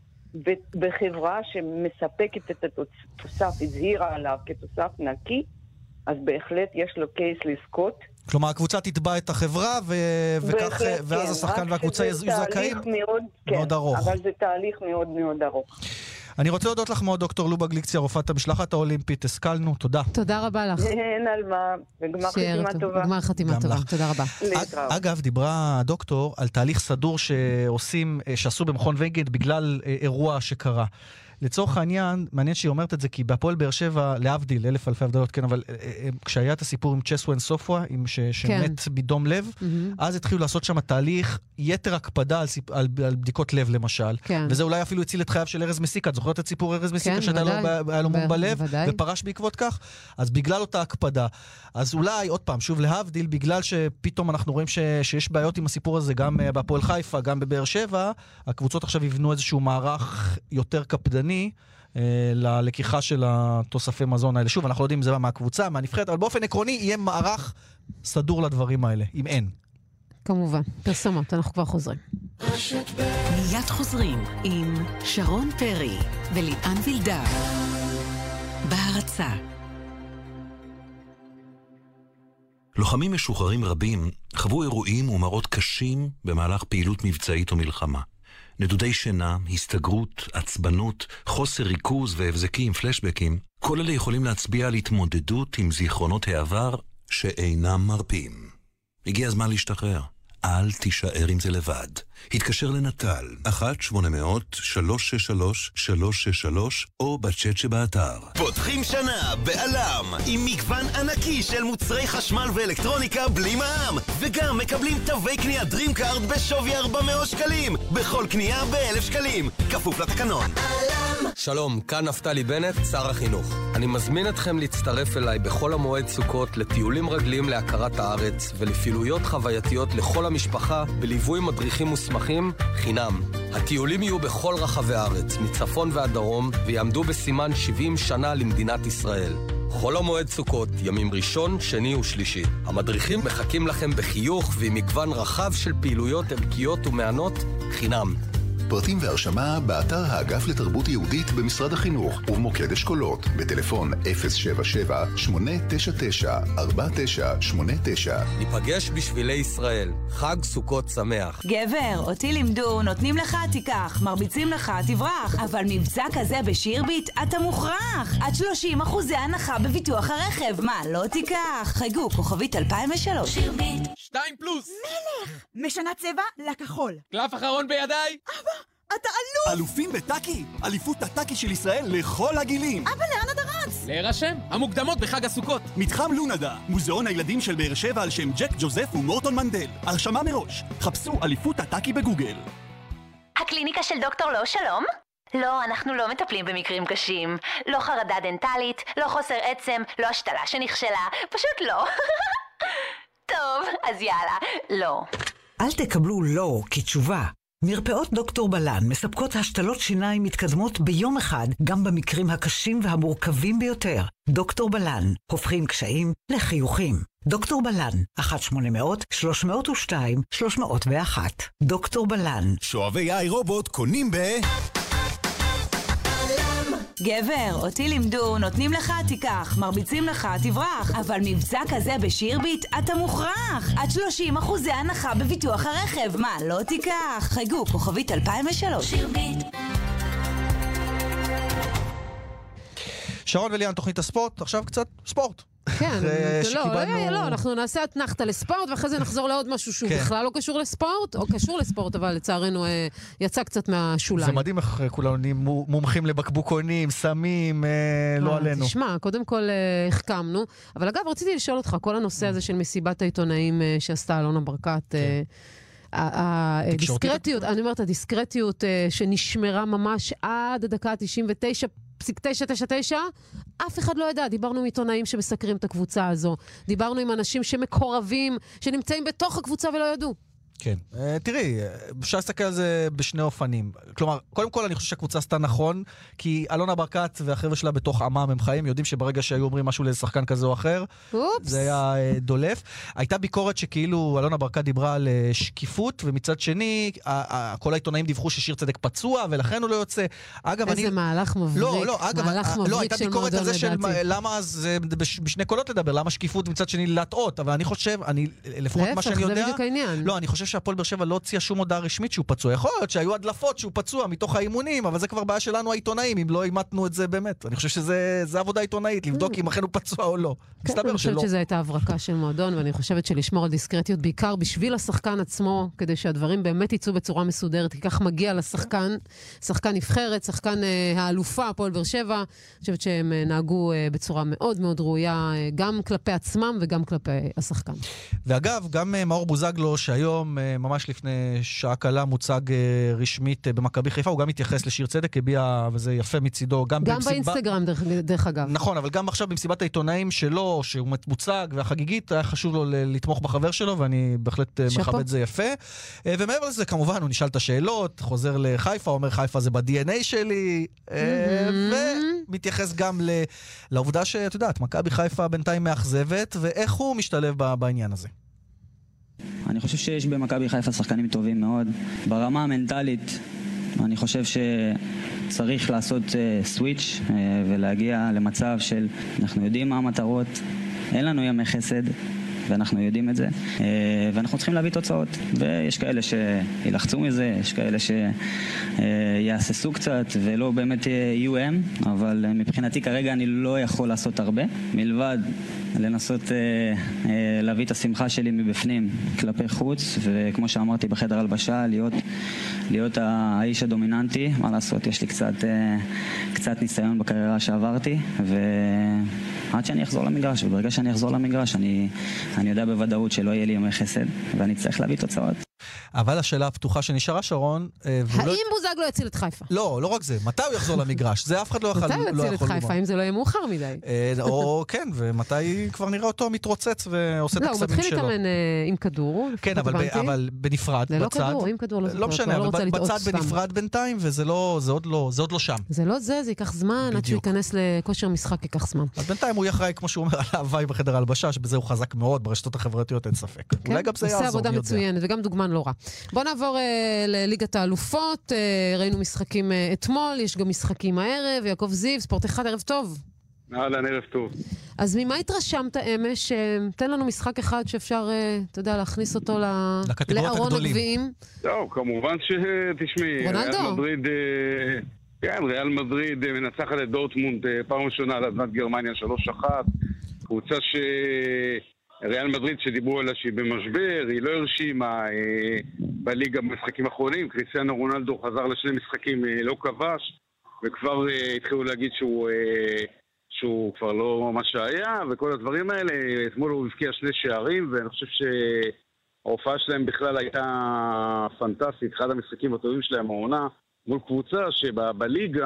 בחברה שמספקת את התוסף, הזהירה עליו כתוסף נקי, אז בהחלט יש לו קייס לזכות. כלומר, הקבוצה תתבע את החברה, ו... וכך, ואז השחקן והקבוצה יהיו זכאים. מאוד, כן, מאוד ארוך. אבל זה תהליך מאוד מאוד ארוך. אני רוצה להודות לך מאוד, דוקטור לובה גליקסיה, רופאת המשלחת האולימפית. השכלנו, תודה. תודה רבה לך. אין על מה, וגמר חתימה טובה. גמר חתימה טובה, תודה רבה. אגב, דיברה הדוקטור על תהליך סדור שעושים, שעשו במכון וינגייט בגלל אירוע שקרה. לצורך העניין, מעניין שהיא אומרת את זה, כי בהפועל באר שבע, להבדיל, אלף אלפי הבדלות, כן, אבל כשהיה את הסיפור עם צ'סוון סופווה, שמת בדום לב, אז התחילו לעשות שם תהליך יתר הקפדה על בדיקות לב, למשל. וזה אולי אפילו הציל את חייו של ארז מסיקה. את זוכרת את סיפור ארז מסיקה, שהיה לו מום בלב, ופרש בעקבות כך? אז בגלל אותה הקפדה. אז אולי, עוד פעם, שוב להבדיל, בגלל שפתאום אנחנו רואים שיש בעיות עם הסיפור הזה, גם בהפועל חיפה, גם בבאר שבע, הקבוצות עכשיו יבנו איזשהו מערך יותר קפדני ללקיחה של התוספי מזון האלה. שוב, אנחנו לא יודעים אם זה בא מהקבוצה, מהנבחרת, אבל באופן עקרוני יהיה מערך סדור לדברים האלה, אם אין. כמובן, פרסומות, אנחנו כבר חוזרים. מיד חוזרים עם שרון פרי וליאן וילדאו. בהרצה. לוחמים משוחררים רבים חוו אירועים ומראות קשים במהלך פעילות מבצעית או מלחמה. נדודי שינה, הסתגרות, עצבנות, חוסר ריכוז והבזקים, פלשבקים, כל אלה יכולים להצביע על התמודדות עם זיכרונות העבר שאינם מרפים. הגיע הזמן להשתחרר. אל תישאר עם זה לבד. התקשר לנטל, אחת שמונה מאות שלוש שש שלוש שלוש שש שלוש, או בצ'אט שבאתר. פותחים שנה בעלם, עם מגוון ענקי של מוצרי חשמל ואלקטרוניקה בלי מע"מ, וגם מקבלים תווי קנייה דרים קארד בשווי ארבע מאות שקלים, בכל קנייה ב-אלף שקלים, כפוף לתקנון. שלום, כאן נפתלי בנט, שר החינוך. אני מזמין אתכם להצטרף אליי בכל המועד סוכות לטיולים רגליים להכרת הארץ ולפעילויות חווייתיות לכל המשפחה בליווי מדריכים מוסמכים חינם. הטיולים יהיו בכל רחבי הארץ, מצפון ועד דרום, ויעמדו בסימן שבעים שנה למדינת ישראל. חול המועד סוכות, ימים ראשון, שני ושלישי. המדריכים מחכים לכם בחיוך ועם מגוון רחב של פעילויות ערכיות ומענות חינם. פרטים והרשמה באתר האגף לתרבות יהודית במשרד החינוך ובמוקד אשכולות בטלפון אפס שבע שבע שמונה תשע תשע ארבע תשע שמונה תשע. ניפגש בשבילי ישראל. חג סוכות שמח. גבר, אותי לימדו, נותנים לך תיקח, מרביצים לך תברח, אבל מבצע כזה בשירביט אתה מוכרח. עד שלושים אחוזי הנחה בביטוח הרכב. מה, לא תיקח? חייגו כוכבית אלפיים ושלוש. שירביט. שתיים פלוס. מלך. משנה צבע לכחול. קלף אחרון בידיי. אבא, אתה אלוף! אלופים בטאקי! אליפות הטאקי של ישראל לכל הגילים! אבא, לאן אתה רץ? להירשם, המוקדמות בחג הסוכות. מתחם לונדה, מוזיאון הילדים של באר שבע על שם ג'ק ג'וזף ומורטון מנדל. הרשמה מראש, חפשו אליפות הטאקי בגוגל. הקליניקה של דוקטור לא שלום? לא, אנחנו לא מטפלים במקרים קשים. לא חרדה דנטלית, לא חוסר עצם, לא השתלה שנכשלה, פשוט לא. טוב, אז יאללה, לא. אל תקבלו לא כתשובה. מרפאות דוקטור בלן מספקות השתלות שיניים מתקדמות ביום אחד, גם במקרים הקשים והמורכבים ביותר. דוקטור בלן, הופכים קשיים לחיוכים. דוקטור בלן, אחת שמונה מאות שלוש מאות ושתיים שלוש מאות ואחת. דוקטור בלן. שואבי איי רובוט קונים ב... גבר, אותי לימדו, נותנים לך תיקח, מרביצים לך תברח, אבל מבצע כזה בשירביט אתה מוכרח. עד שלושים אחוזי הנחה בביטוח הרכב. מה, לא תיקח? חייגו כוכבית אלפיים ושלוש. שירביט. שרון וליאן, תוכנית הספורט, עכשיו קצת ספורט. כן, לא, לא, אנחנו נעשה אתנחתה לספורט, ואחרי זה נחזור לעוד משהו שהוא בכלל לא קשור לספורט, או קשור לספורט, אבל לצערנו יצא קצת מהשוליים. זה מדהים איך כולנו נהיים מומחים לבקבוקונים, סמים, לא עלינו. תשמע, קודם כל החכמנו, אבל אגב, רציתי לשאול אותך, כל הנושא הזה של מסיבת העיתונאים שעשתה אלונה ברקת, הדיסקרטיות, אני אומרת, הדיסקרטיות שנשמרה ממש עד הדקה תשעים ותשע פסיק תשע תשע תשע, אף אחד לא ידע. דיברנו עם עיתונאים שמסקרים את הקבוצה הזו. דיברנו עם אנשים שמקורבים, שנמצאים בתוך הקבוצה ולא ידעו. כן. Uh, תראי, אפשר להסתכל על זה בשני אופנים. כלומר, קודם כל אני חושב שהקבוצה עשתה נכון, כי אלונה ברקת והחבר'ה שלה בתוך עמם הם חיים, יודעים שברגע שהיו אומרים משהו לשחקן כזה או אחר, אופס. זה היה uh, דולף. הייתה ביקורת שכאילו אלונה ברקת דיברה על uh, שקיפות, ומצד שני, uh, uh, כל העיתונאים דיווחו ששיר צדק פצוע, ולכן הוא לא יוצא. אגב, איזה אני... מהלך מבריק. לא, לא, אגב, מהלך מבריק לא, הייתה של ביקורת על זה של לדעתי. למה זה בשני קולות לדבר, למה שקיפות מצד שני להטעות, אבל אני חושב, אני, לפחות מה שאני יודע, לא, אני חושב שהפועל באר שבע לא הוציאה שום הודעה רשמית שהוא פצוע. יכול להיות שהיו הדלפות שהוא פצוע מתוך האימונים, אבל זה כבר בעיה שלנו העיתונאים, אם לא אימתנו את זה באמת. אני חושב שזה עבודה עיתונאית, לבדוק אם אכן הוא פצוע או לא. אני חושבת שזו הייתה הברקה של מועדון, ואני חושבת שלשמור על דיסקרטיות בעיקר בשביל השחקן עצמו, כדי שהדברים באמת יצאו בצורה מסודרת, כי כך מגיע לשחקן, שחקן נבחרת, שחקן האלופה, הפועל באר שבע. אני חושבת שהם נהגו בצורה מאוד מאוד ראויה, גם כלפי עצמם וגם כלפי השחקן. ואגב, גם מאור בוזגלו, שהיום ממש לפני שעה קלה מוצג רשמית במכבי חיפה, הוא גם התייחס לשיר צדק, הביע, וזה יפה מצידו, גם, גם באינסטגרם דרך, דרך אגב. נכון, אבל גם עכשיו במסיבת העיתונאים שלו, שהוא מוצג והחגיגית, היה חשוב לו לתמוך בחבר שלו, ואני בהחלט מכבד זה יפה. ומעבר לזה, כמובן, הוא נשאל את השאלות, חוזר לחיפה, אומר חיפה זה ב-די אן איי שלי, ומתייחס גם לעובדה שאת יודעת, מכבי חיפה בינתיים מאכזבת, ואיך הוא משתלב בעניין הזה. אני חושב שיש במכבי חיפה שחקנים טובים מאוד. ברמה המנטלית, אני חושב שצריך לעשות סוויץ' ולהגיע למצב של אנחנו יודעים מה המטרות, אין לנו ימי חסד, ואנחנו יודעים את זה, ואנחנו צריכים להביא תוצאות, ויש כאלה שילחצו מזה, יש כאלה שיעשסו קצת ולא באמת יהיו הם, אבל מבחינתי כרגע אני לא יכול לעשות הרבה, מלבד לנסות להביא את השמחה שלי מבפנים כלפי חוץ, וכמו שאמרתי בחדר הלבשה, להיות, להיות האיש הדומיננטי, מה לעשות, יש לי קצת, קצת ניסיון בקריירה שעברתי, ועד שאני אחזור למגרש, וברגע שאני אחזור למגרש, אני, אני יודע בוודאות שלא יהיה לי ימי חסד, ואני צריך להביא תוצאות. אבל השאלה הפתוחה שנשארה, שרון... האם בוזגלו יציל את חיפה? לא, לא רק זה. מתי הוא יחזור למגרש? זה אף אחד לא יכול... מתי הוא יציל את חיפה, אם זה לא יהיה מאוחר מדי? או כן, ומתי כבר נראה אותו מתרוצץ ועושה את הקסמים שלו. לא, הוא מתחיל להתאמן עם כדור. כן, אבל בנפרד, בצד. לא כדור, עם כדור. לא משנה, אבל בצד בנפרד בינתיים, וזה עוד לא שם. זה לא זה, זה ייקח זמן, עד שהוא ייכנס לכושר משחק, ייקח זמן. אז בינתיים הוא יחראי, כמו שהוא אומר, על ההוואי בחדר הלבשה, שבזה הוא חזק מאוד, ברשתות החברתיות אין ספק. אולי גם זה יעזור, עושה עבודה מצוינת, וגם דוגמן לא רע. בוא נעבור uh, לליגת האלופות, uh, ראינו משחקים uh, אתמול, יש גם משחקים הערב, יעקב זיו, ספורט אחד, ערב טוב. אהלן, ערב טוב. אז ממה התרשמת אמש? Uh, תן לנו משחק אחד שאפשר, uh, אתה יודע, להכניס אותו לארון הגביעים. טוב, כמובן שתשמעי, ריאל מדריד, uh, כן, ריאל מדריד uh, מנצחת את דורטמונד uh, פעם ראשונה על אדמת גרמניה שלוש אחת, קבוצה ש... ריאל מדריד שדיברו עליה שהיא במשבר, היא לא הרשימה אה, בליגה במשחקים האחרונים, קריסטיאנו רונלדו חזר לשני משחקים, אה, לא כבש, וכבר אה, התחילו להגיד שהוא, אה, שהוא כבר לא מה שהיה, וכל הדברים האלה, אתמול הוא הבקיע שני שערים, ואני חושב שההופעה שלהם בכלל הייתה פנטסטית, אחד המשחקים הטובים שלהם העונה, מול קבוצה שבליגה,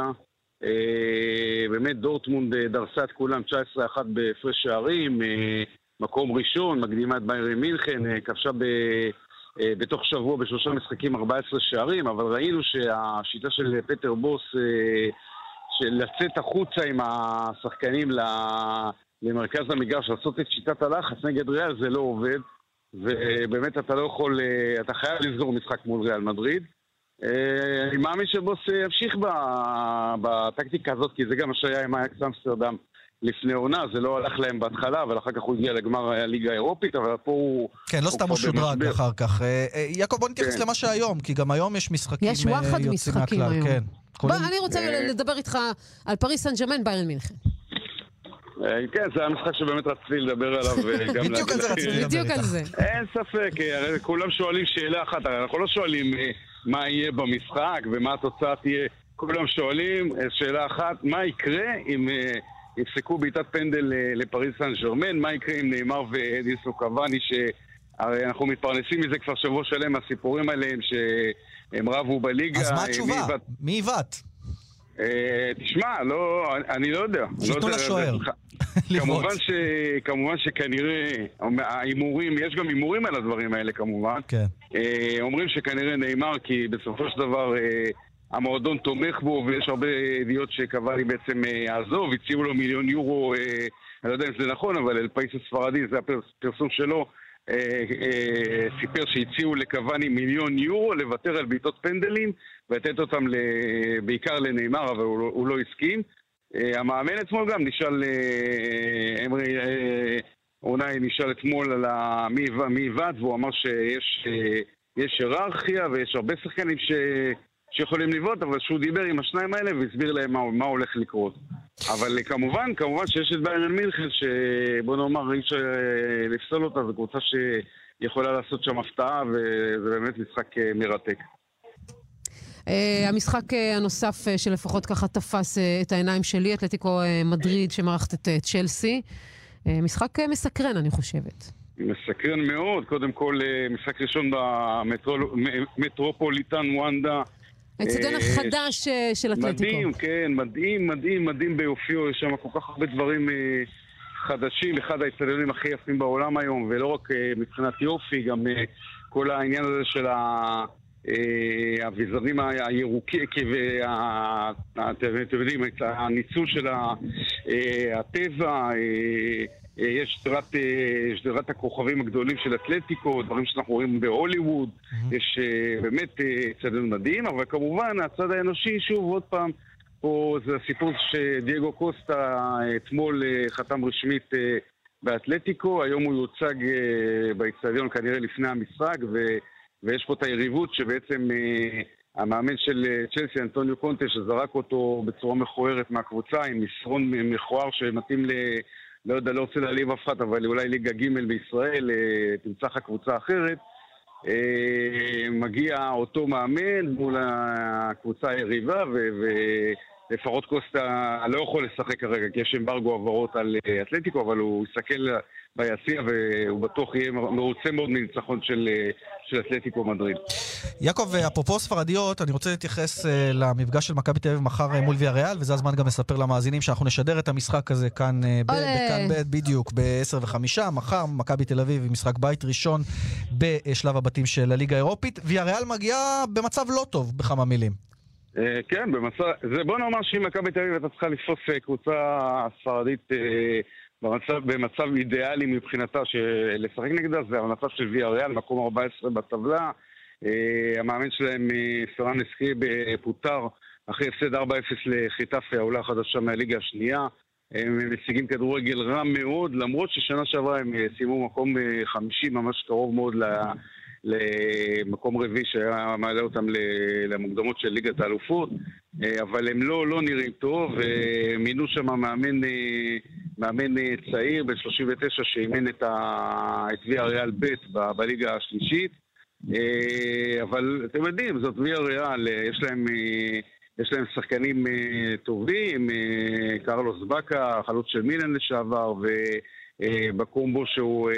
אה, באמת דורטמונד דרסה את כולם תשע עשרה אחת בהפרש שערים, אה, מקום ראשון, מקדימה את ביירן מינכן, כבשה ב, בתוך שבוע בשלושה משחקים ארבע עשרה שערים, אבל ראינו שהשיטה של פטר בוס של לצאת החוצה עם השחקנים למרכז המגרש, לעשות את שיטת הלחץ נגד ריאל, זה לא עובד, ובאמת אתה לא יכול, אתה חייב לסגור משחק מול ריאל מדריד. אני מאמין שבוס ימשיך בטקטיקה הזאת, כי זה גם מה שהיה עם אייקס אמסטרדם לפני עונה, זה לא הלך להם בהתחלה, אבל אחר כך הוא הגיע לגמר הליגה האירופית, אבל פה הוא... כן, לא סתם הוא שודרג אחר כך. יעקב, בוא נתייחס למה שהיום, כי גם היום יש משחקים יש וואחד משחקים היום. בוא, אני רוצה אה... לדבר איתך על פריס סן ז'רמן ביירן מינכן. כן, זה המשחק שבאמת רציתי לדבר עליו. בדיוק על זה רציתי לדבר. בדיוק על זה. אין ספק, הרי כולם שואלים שאלה אחת, הרי אנחנו לא שואלים מה יהיה במשחק ומה התוצאה תהיה, כולם שואלים שאלה אחת, מה יקרה אם יפסקו בעיטת פנדל לפריס סן ז'רמן, מה יקרה עם נאמר ואדינסון קוואני, שהרי אנחנו מתפרנסים מזה כבר שבוע שלם, הסיפורים עליהם שהם רבו בליגה. אז מה התשובה? מי עיוות? תשמע, לא, אני לא יודע. שיתנו לשוער. כמובן ש, כמובן שכנראה, האימורים, יש גם אימורים על הדברים האלה כמובן. כן. אומרים שכנראה נאמר, כי בסופו של דבר המועדון תומך בו, ויש הרבה עדיות שקוואני בעצם יעזוב, הציעו לו מיליון יורו, אני לא יודע אם זה נכון, אבל אל פייס הספרדי, זה הפרסום שלו, סיפר שהציעו לקוואני מיליון יורו לוותר על בעיטות פנדלים ולתת אותם בעיקר לנאמר, אבל הוא לא הסכים. המאמן אתמול גם נשאל, אמרי אונאי נשאל אתמול על מי עיוות, והוא אמר שיש יש היררכיה ויש הרבה שחקנים ש... שיכולים לבעוט, אבל שהוא דיבר עם השניים האלה והסביר להם מה, מה הולך לקרות. אבל כמובן, כמובן שיש את ביירן מינכן, שבוא נאמר, אי אפשר לפסול אותה, זו קבוצה שיכולה לעשות שם הפתעה, וזה באמת משחק מרתק. המשחק הנוסף שלפחות ככה תפס את העיניים שלי, אתלטיקו מדריד שמערכת את צ'לסי. משחק מסקרן, אני חושבת. מסקרן מאוד. קודם כל, משחק ראשון במטרופוליטן וונדה. האצטדיון החדש של אתלטיקו. מדהים, כן, מדהים, מדהים, מדהים ביופיו. יש שם כל כך הרבה דברים חדשים. אחד האצטדיונים הכי יפים בעולם היום, ולא רק מבחינת יופי, גם כל העניין הזה של האביזרים הירוקים, ואתם יודעים, הניצול של הטבע, יש שדרת הכוכבים הגדולים של אתלטיקו, דברים שאנחנו רואים בהוליווד, יש באמת צדן מדהים, אבל כמובן הצד האנושי, שוב עוד פעם, פה זה הסיפור שדייגו קוסטה אתמול חתם רשמית באתלטיקו, היום הוא יוצג באצטדיון כנראה לפני המשחק, ויש פה את היריבות שבעצם המאמן של צ'לסי, אנטוניו קונטה, שזרק אותו בצורה מכוערת מהקבוצה, עם מסרון מכוער שמתאים ל... לא יודע, לא רוצה להעליב אף אחד, אבל אולי ליגה ג' בישראל, תמצא קבוצה אחרת. מגיע אותו מאמן מול הקבוצה היריבה, ולפחות קוסטה לא יכול לשחק כרגע, כי יש אמברגו עברות על אתלטיקו, אבל הוא יסתכל ביציע, והוא בטוח יהיה מרוצה מאוד מניצחון של, של אתלטיקו מדריד. יעקב, אפרופו ספרדיות, אני רוצה להתייחס uh, למפגש של מכבי תל אביב מחר מול ויאריאל, וזה הזמן גם לספר למאזינים שאנחנו נשדר את המשחק הזה כאן uh, בכאן ב' בדיוק ב-עשר וחמישה, מחר מכבי תל אביב עם משחק בית ראשון בשלב הבתים של הליגה האירופית. ויאריאל מגיעה במצב לא טוב, בכמה מילים. Uh, כן, במצב, זה בוא נאמר שאם מכבי תל אביב אתה צריכה לפסוס קבוצה ספרדית uh, במצב, במצב אידיאלי מבחינתה לשחק נגדה, זה המצב של ויאריאל, מקום ארבע עשרה בטבלה. Uh, המאמן שלהם פרן אסקי פוטר אחרי הפסד ארבע אפס לחיטאפה, העולה החדשה מהליגה השנייה. הם משיגים כדורגל רע מאוד, למרות ששנה שעברה הם סיימו מקום חמישי, ממש קרוב מאוד למקום רביעי שהיה מעלה אותם למוקדמות של ליגת האלופות, אבל הם לא, לא נראים טוב. מינו שם מאמן, מאמן צעיר בין שלושים ותשע שאימן את, את ויאריאל ב' בליגה השלישית, אבל אתם יודעים, זאת ויאריאל, יש להם... יש להם שחקנים טובים, קרלוס בקה, חלוץ של מילאן לשעבר, ובקומבו שהוא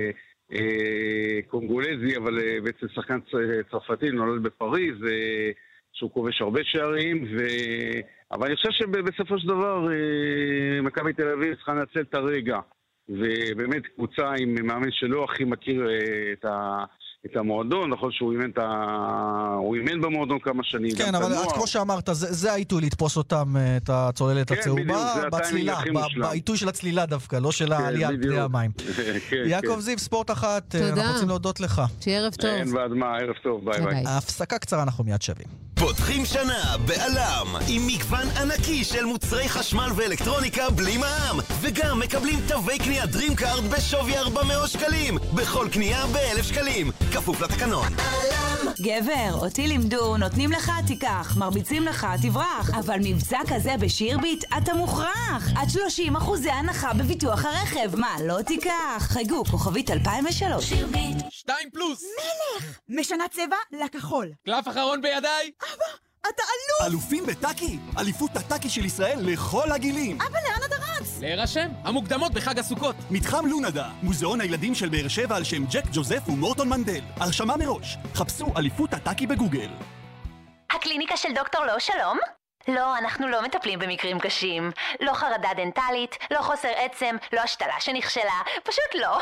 קונגולזי, אבל בעצם שחקן צרפתי, נולד בפריז, שהוא כובש הרבה שערים, ו... אבל אני חושב שבסופו של דבר מכבי תל אביב צריכה לנצל את הרגע, ובאמת קבוצה עם מאמן שלא הכי מכיר את ה... את המועדון, נכון שהוא אימן, ה... הוא אימן במועדון כמה שנים. כן, אבל את כמו שאמרת, זה, זה העיתוי לתפוס אותם, את הצוללת כן, הצהובה, בצלילה, בעיתוי של הצלילה דווקא, לא של העלייה על פני המים. כן, יעקב כן. זיו, ספורט אחת, תודה. אנחנו רוצים להודות לך. שיהיה ערב טוב. אין ועד מה, ערב טוב, ביי ביי. ההפסקה קצרה, אנחנו מיד שווים. פותחים שנה בעלם עם מגוון ענקי של מוצרי חשמל ואלקטרוניקה בלי מע"מ, וגם מקבלים תווי קנייה דרימקארד בשווי ארבע מאות שקלים בכל קנייה ב-אלף שקלים, כפוף לתקנון. גבר, אותי לימדו, נותנים לך תיקח, מרביצים לך תברח, אבל מבצע כזה בשירביט אתה מוכרח. עד שלושים אחוזי הנחה בביטוח הרכב, מה לא תיקח? חייגו כוכבית אלפיים ושלוש. שירביט שתיים פלוס מלך, משנה צבע לכחול. קלף אחרון בידיי. אבא, אתה אלוף. אלופים בטאקי, אליפות הטאקי של ישראל לכל הגילים. אבא, לאן אתה רץ? להירשם, המוקדמות בחג הסוכות. מתחם לונדה, מוזיאון הילדים של באר שבע על שם ג'ק ג'וזף ומורטון מנדל. הרשמה מראש, חפשו אליפות הטאקי בגוגל. הקליניקה של דוקטור לא שלום? לא, אנחנו לא מטפלים במקרים קשים. לא חרדה דנטלית, לא חוסר עצם, לא השתלה שנכשלה, פשוט לא.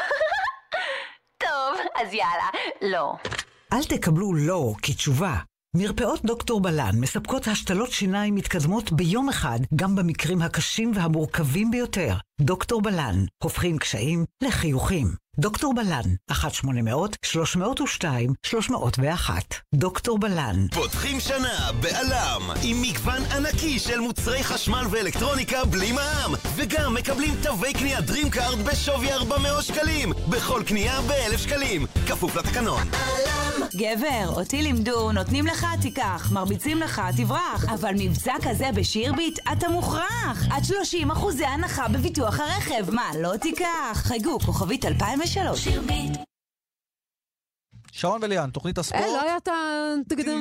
טוב, אז יאללה, לא. אל תקבלו לא כתשובה. מרפאות דוקטור בלן מספקות השתלות שיניים מתקדמות ביום אחד, גם במקרים הקשים והמורכבים ביותר. דוקטור בלן, הופכים קשיים לחיוכים. דוקטור בלן, אחת שמונה אפס אפס שלוש אפס שתיים שלוש אפס אחת. דוקטור בלן. פותחים שנה בעלם עם מגוון ענקי של מוצרי חשמל ואלקטרוניקה בלי מע"מ, וגם מקבלים תווי קנייה דרימקארד בשווי ארבע מאות שקלים בכל קנייה ב-אלף שקלים, כפוף לתקנון. עלם. גבר, אותי לימדו, נותנים לך תיקח, מרביצים לך תברח, אבל מבצע כזה בשירביט אתה מוכרח. עד שלושים אחוזי הנחה בביטוח הרכב, מה לא תיקח? חייגו כוכבית אלפיים ושלוש. שירביט. שרון וליאן, תוכנית הספורט. אה, לא היה את תקדם.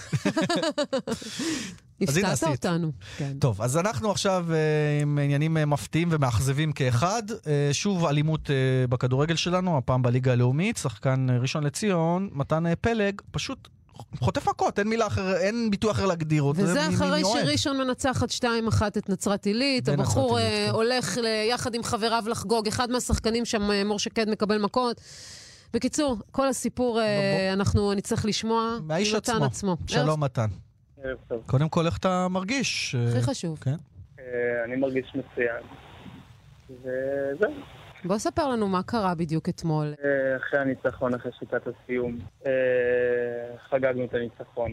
הפתעת אותנו. טוב, אז אנחנו עכשיו עם עניינים מפתיעים ומאכזבים כאחד. שוב אלימות בכדורגל שלנו, הפעם בליגה הלאומית. שחקן ראשון לציון, מתן פלג, פשוט חוטף מכות, אין מילה אחר, אין ביטוי אחר להגדיר אותו. וזה אחרי שראשון מנצחת שתיים אחת את נצרת עילית, הבחור הולך יחד עם חבריו לחגוג, אחד מהשחקנים שם, מור שקד, מקבל מכות. בקיצור, כל הסיפור אנחנו נצטרך לשמוע מהאיש עצמו. שלום מתן. קודם כל, איך אתה מרגיש? הכי חשוב. אני מרגיש מצוין. וזהו. בוא ספר לנו מה קרה בדיוק אתמול. אחרי הניצחון, אחרי שיטת הסיום, חגגנו את הניצחון.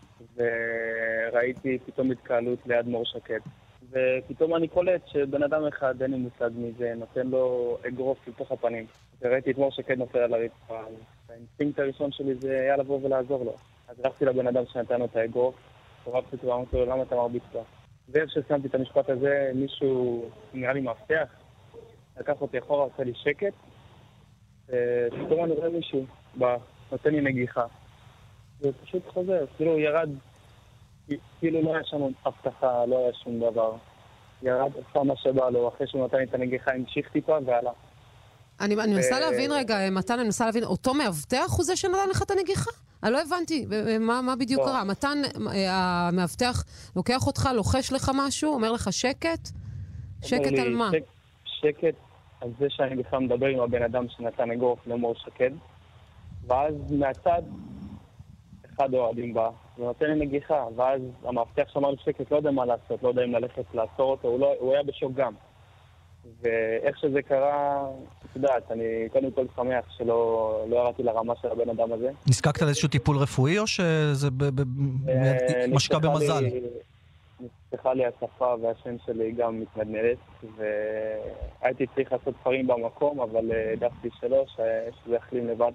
וראיתי פתאום התקהלות ליד מור שקד. ופתאום אני קולט שבן אדם אחד, אין לי מושג מזה, נותן לו אגרוף לתוך הפנים. וראיתי את מור שקד נופל על הרצפה. האינסטינקט הראשון שלי זה היה לבוא ולעזור לו. אז הלכתי לבן אדם שנתן לו את האגרוף, ורבתי אותו ואמרתי לו, למה אתה מרביץ לו? ואיך ששמתי את המשפט הזה, מישהו, נראה לי מאבטח, לקח אותי אחורה, עושה לי שקט, ופתאום אני רואה מישהו, נותן לי נגיחה. ופשוט חוזר, כאילו ירד, כאילו לא היה שם הבטחה, לא היה שום דבר. ירד, עשה מה שבא לו, אחרי שהוא נתן לי את הנגיחה, המשיך טיפה ועלה. אני מנסה להבין רגע, מתן, אני מנסה להבין, אותו מאבטח הוא זה שנתן לך את הנגיחה? אני לא הבנתי, מה בדיוק קרה? מתן, המאבטח לוקח אותך, לוחש לך משהו, אומר לך שקט? שקט על מה? שקט על זה שאני בכלל מדבר עם הבן אדם שנתן אגרוף למור שקד, ואז מהצד אחד אוהדים בא, ונותן לי נגיחה, ואז המאבטח שאמר לי שקט, לא יודע מה לעשות, לא יודע אם ללכת לעצור אותו, הוא, לא, הוא היה בשוק גם. ואיך שזה קרה, את יודעת, אני קודם כל שמח שלא לא הראתי לרמה של הבן אדם הזה. נזקקת על איזשהו טיפול רפואי, או שזה משקע במזל? נפתחה לי השפה והשם שלי גם מתנדנדת, והייתי צריך לעשות דברים במקום, אבל דפתי שלא, שזה יחלים לבד.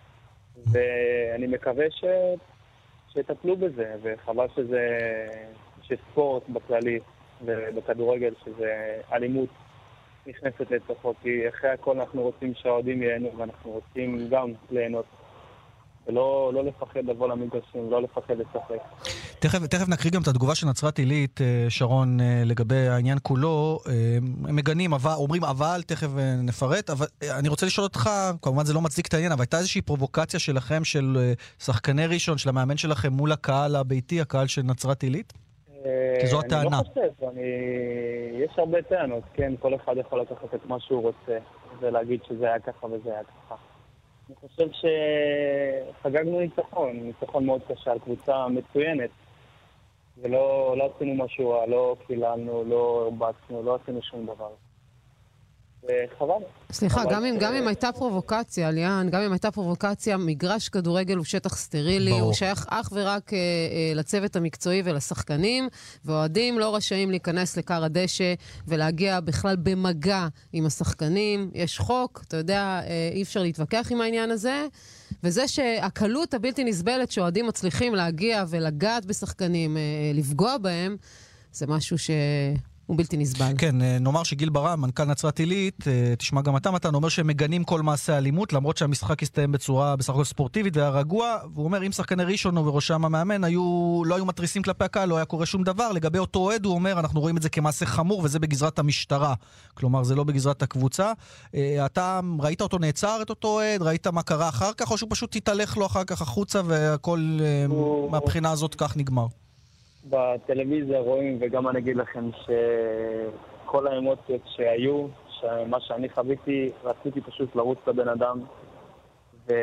ואני מקווה ש... שתטפלו בזה, וחבל שזה... שספורט בכללי ובכדורגל, שזה אלימות נכנסת לתוכו, כי אחרי הכל אנחנו רוצים שהאוהדים ייהנו, ואנחנו רוצים גם ליהנות. ולא לא לפחד לבוא למגרשים, לא לפחד לשחק. תכף, תכף נקריא גם את התגובה של נצרת עילית, שרון, לגבי העניין כולו. הם מגנים, אבל, אומרים אבל, תכף נפרט, אבל אני רוצה לשאול אותך, כמובן זה לא מצדיק את העניין, אבל הייתה איזושהי פרובוקציה שלכם, של שחקני ראשון, של המאמן שלכם מול הקהל הביתי, הקהל של נצרת עילית? כי זו הטענה. אני לא חושב, אני... יש הרבה טענות, כן, כל אחד יכול לקחת את מה שהוא רוצה, ולהגיד שזה היה ככה וזה היה ככה. אני חושב שחגגנו ניצחון, ניצחון מאוד קשה על קבוצה מצוינת, ולא לא עשינו משהו, לא קיללנו, לא הרבצנו, לא עשינו שום דבר. וחבל. סליחה, גם אם, גם אם הייתה פרובוקציה, ליאן, גם אם הייתה פרובוקציה, מגרש כדורגל הוא שטח סטרילי, ברור. הוא שייך אך ורק אה, אה, לצוות המקצועי ולשחקנים, ואוהדים לא רשאים להיכנס לקר הדשא ולהגיע בכלל במגע עם השחקנים. יש חוק, אתה יודע, אה, אי אפשר להתווכח עם העניין הזה, וזה שהקלות הבלתי נסבלת שאוהדים מצליחים להגיע ולגעת בשחקנים, אה, לפגוע בהם, זה משהו ש... הוא בלתי נסבל. כן, נאמר שגיל ברם, מנכ"ל נצרת עילית, תשמע גם אתה מתן, אומר שהם מגנים כל מעשה אלימות, למרות שהמשחק הסתיים בצורה בסך הכל ספורטיבית והרגוע, והוא אומר, אם שחקני ראשון ובראשם המאמן היו, לא היו מטריסים כלפי הקהל, לא היה קורה שום דבר. לגבי אותו אוהד, הוא אומר, אנחנו רואים את זה כמעשה חמור, וזה בגזרת המשטרה. כלומר, זה לא בגזרת הקבוצה. אתה ראית אותו נעצר, את אותו אוהד, ראית מה קרה אחר כך, או שהוא פשוט תתהלך לו אחר כך החוצה, והכל הוא... מהבחינה הזאת כך נגמר? בטלוויזיה רואים, וגם אני אגיד לכם שכל האמוציות שהיו, שמה שאני חוויתי, רציתי פשוט לרוץ לבן אדם, ולא...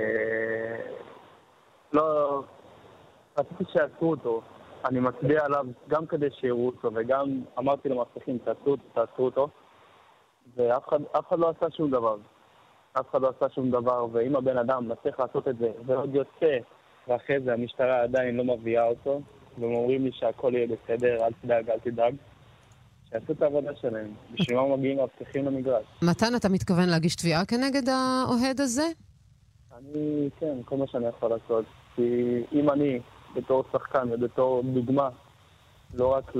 רציתי שיעצרו אותו. אני מצביע עליו גם כדי שיראו אותו, וגם אמרתי למאבטחים, תעצרו אותו, תעצרו אותו, ואף אחד, אף אחד לא עשה שום דבר. אף אחד לא עשה שום דבר, ואם הבן אדם מצליח לעשות את זה, ועוד יוצא, ואחרי זה המשטרה עדיין לא מביאה אותו, והם אומרים לי שהכל יהיה בסדר, אל תדאג, אל תדאג. שיעשו את העבודה שלהם. בשביל מה מגיעים מאבטחים למגרש. מתן, אתה מתכוון להגיש תביעה כנגד האוהד הזה? אני, כן, כל מה שאני יכול לעשות. כי אם אני, בתור שחקן ובתור דוגמה, לא רק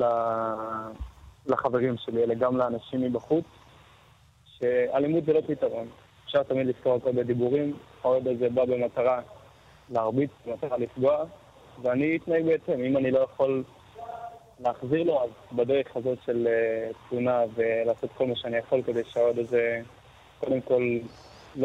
לחברים שלי, אלא גם לאנשים מבחוץ, שאלימות זה לא פתרון. אפשר תמיד לפתור הכל בדיבורים, האוהד הזה בא במטרה להרביץ, במטרה לפגוע, ואני אתנהג בעצם. אם אני לא יכול להחזיר לו, אז בדרך הזאת של תלונה ולעשות כל מה שאני יכול כדי שהאוהד הזה קודם כל לא,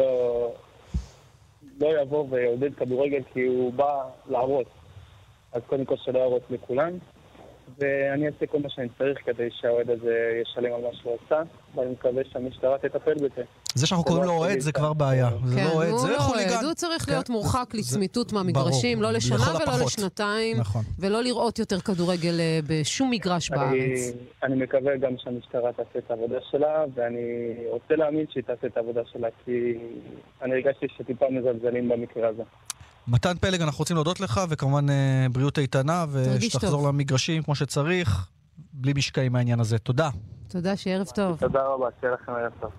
לא יבוא ויעודד כדורגל, כי הוא בא להרוס. אז קודם כל שלא ירוץ לכולם, ואני אעשה כל מה שאני צריך כדי שהאוהד הזה ישלם על מה שהוא עושה, ואני מקווה שהמשטרה תטפל בזה. זה שאנחנו קוראים לו אוהד זה כבר בעיה. כן, הוא לא אוהד, הוא צריך להיות מורחק לצמיתות מהמגרשים, לא לשנה ולא לשנתיים, ולא לראות יותר כדורגל בשום מגרש בארץ. אני מקווה גם שהמשטרה תעשה את העבודה שלה, ואני רוצה להאמין שהיא תעשה את העבודה שלה, כי אני הרגשתי שטיפה מזלזלים במקרה הזה. מתן פלג, אנחנו רוצים להודות לך, וכמובן בריאות איתנה, ושתחזור למגרשים כמו שצריך, בלי משקעים מהעניין הזה. תודה. תודה, שערב טוב. תודה רבה, שיהיה לכם ערב טוב.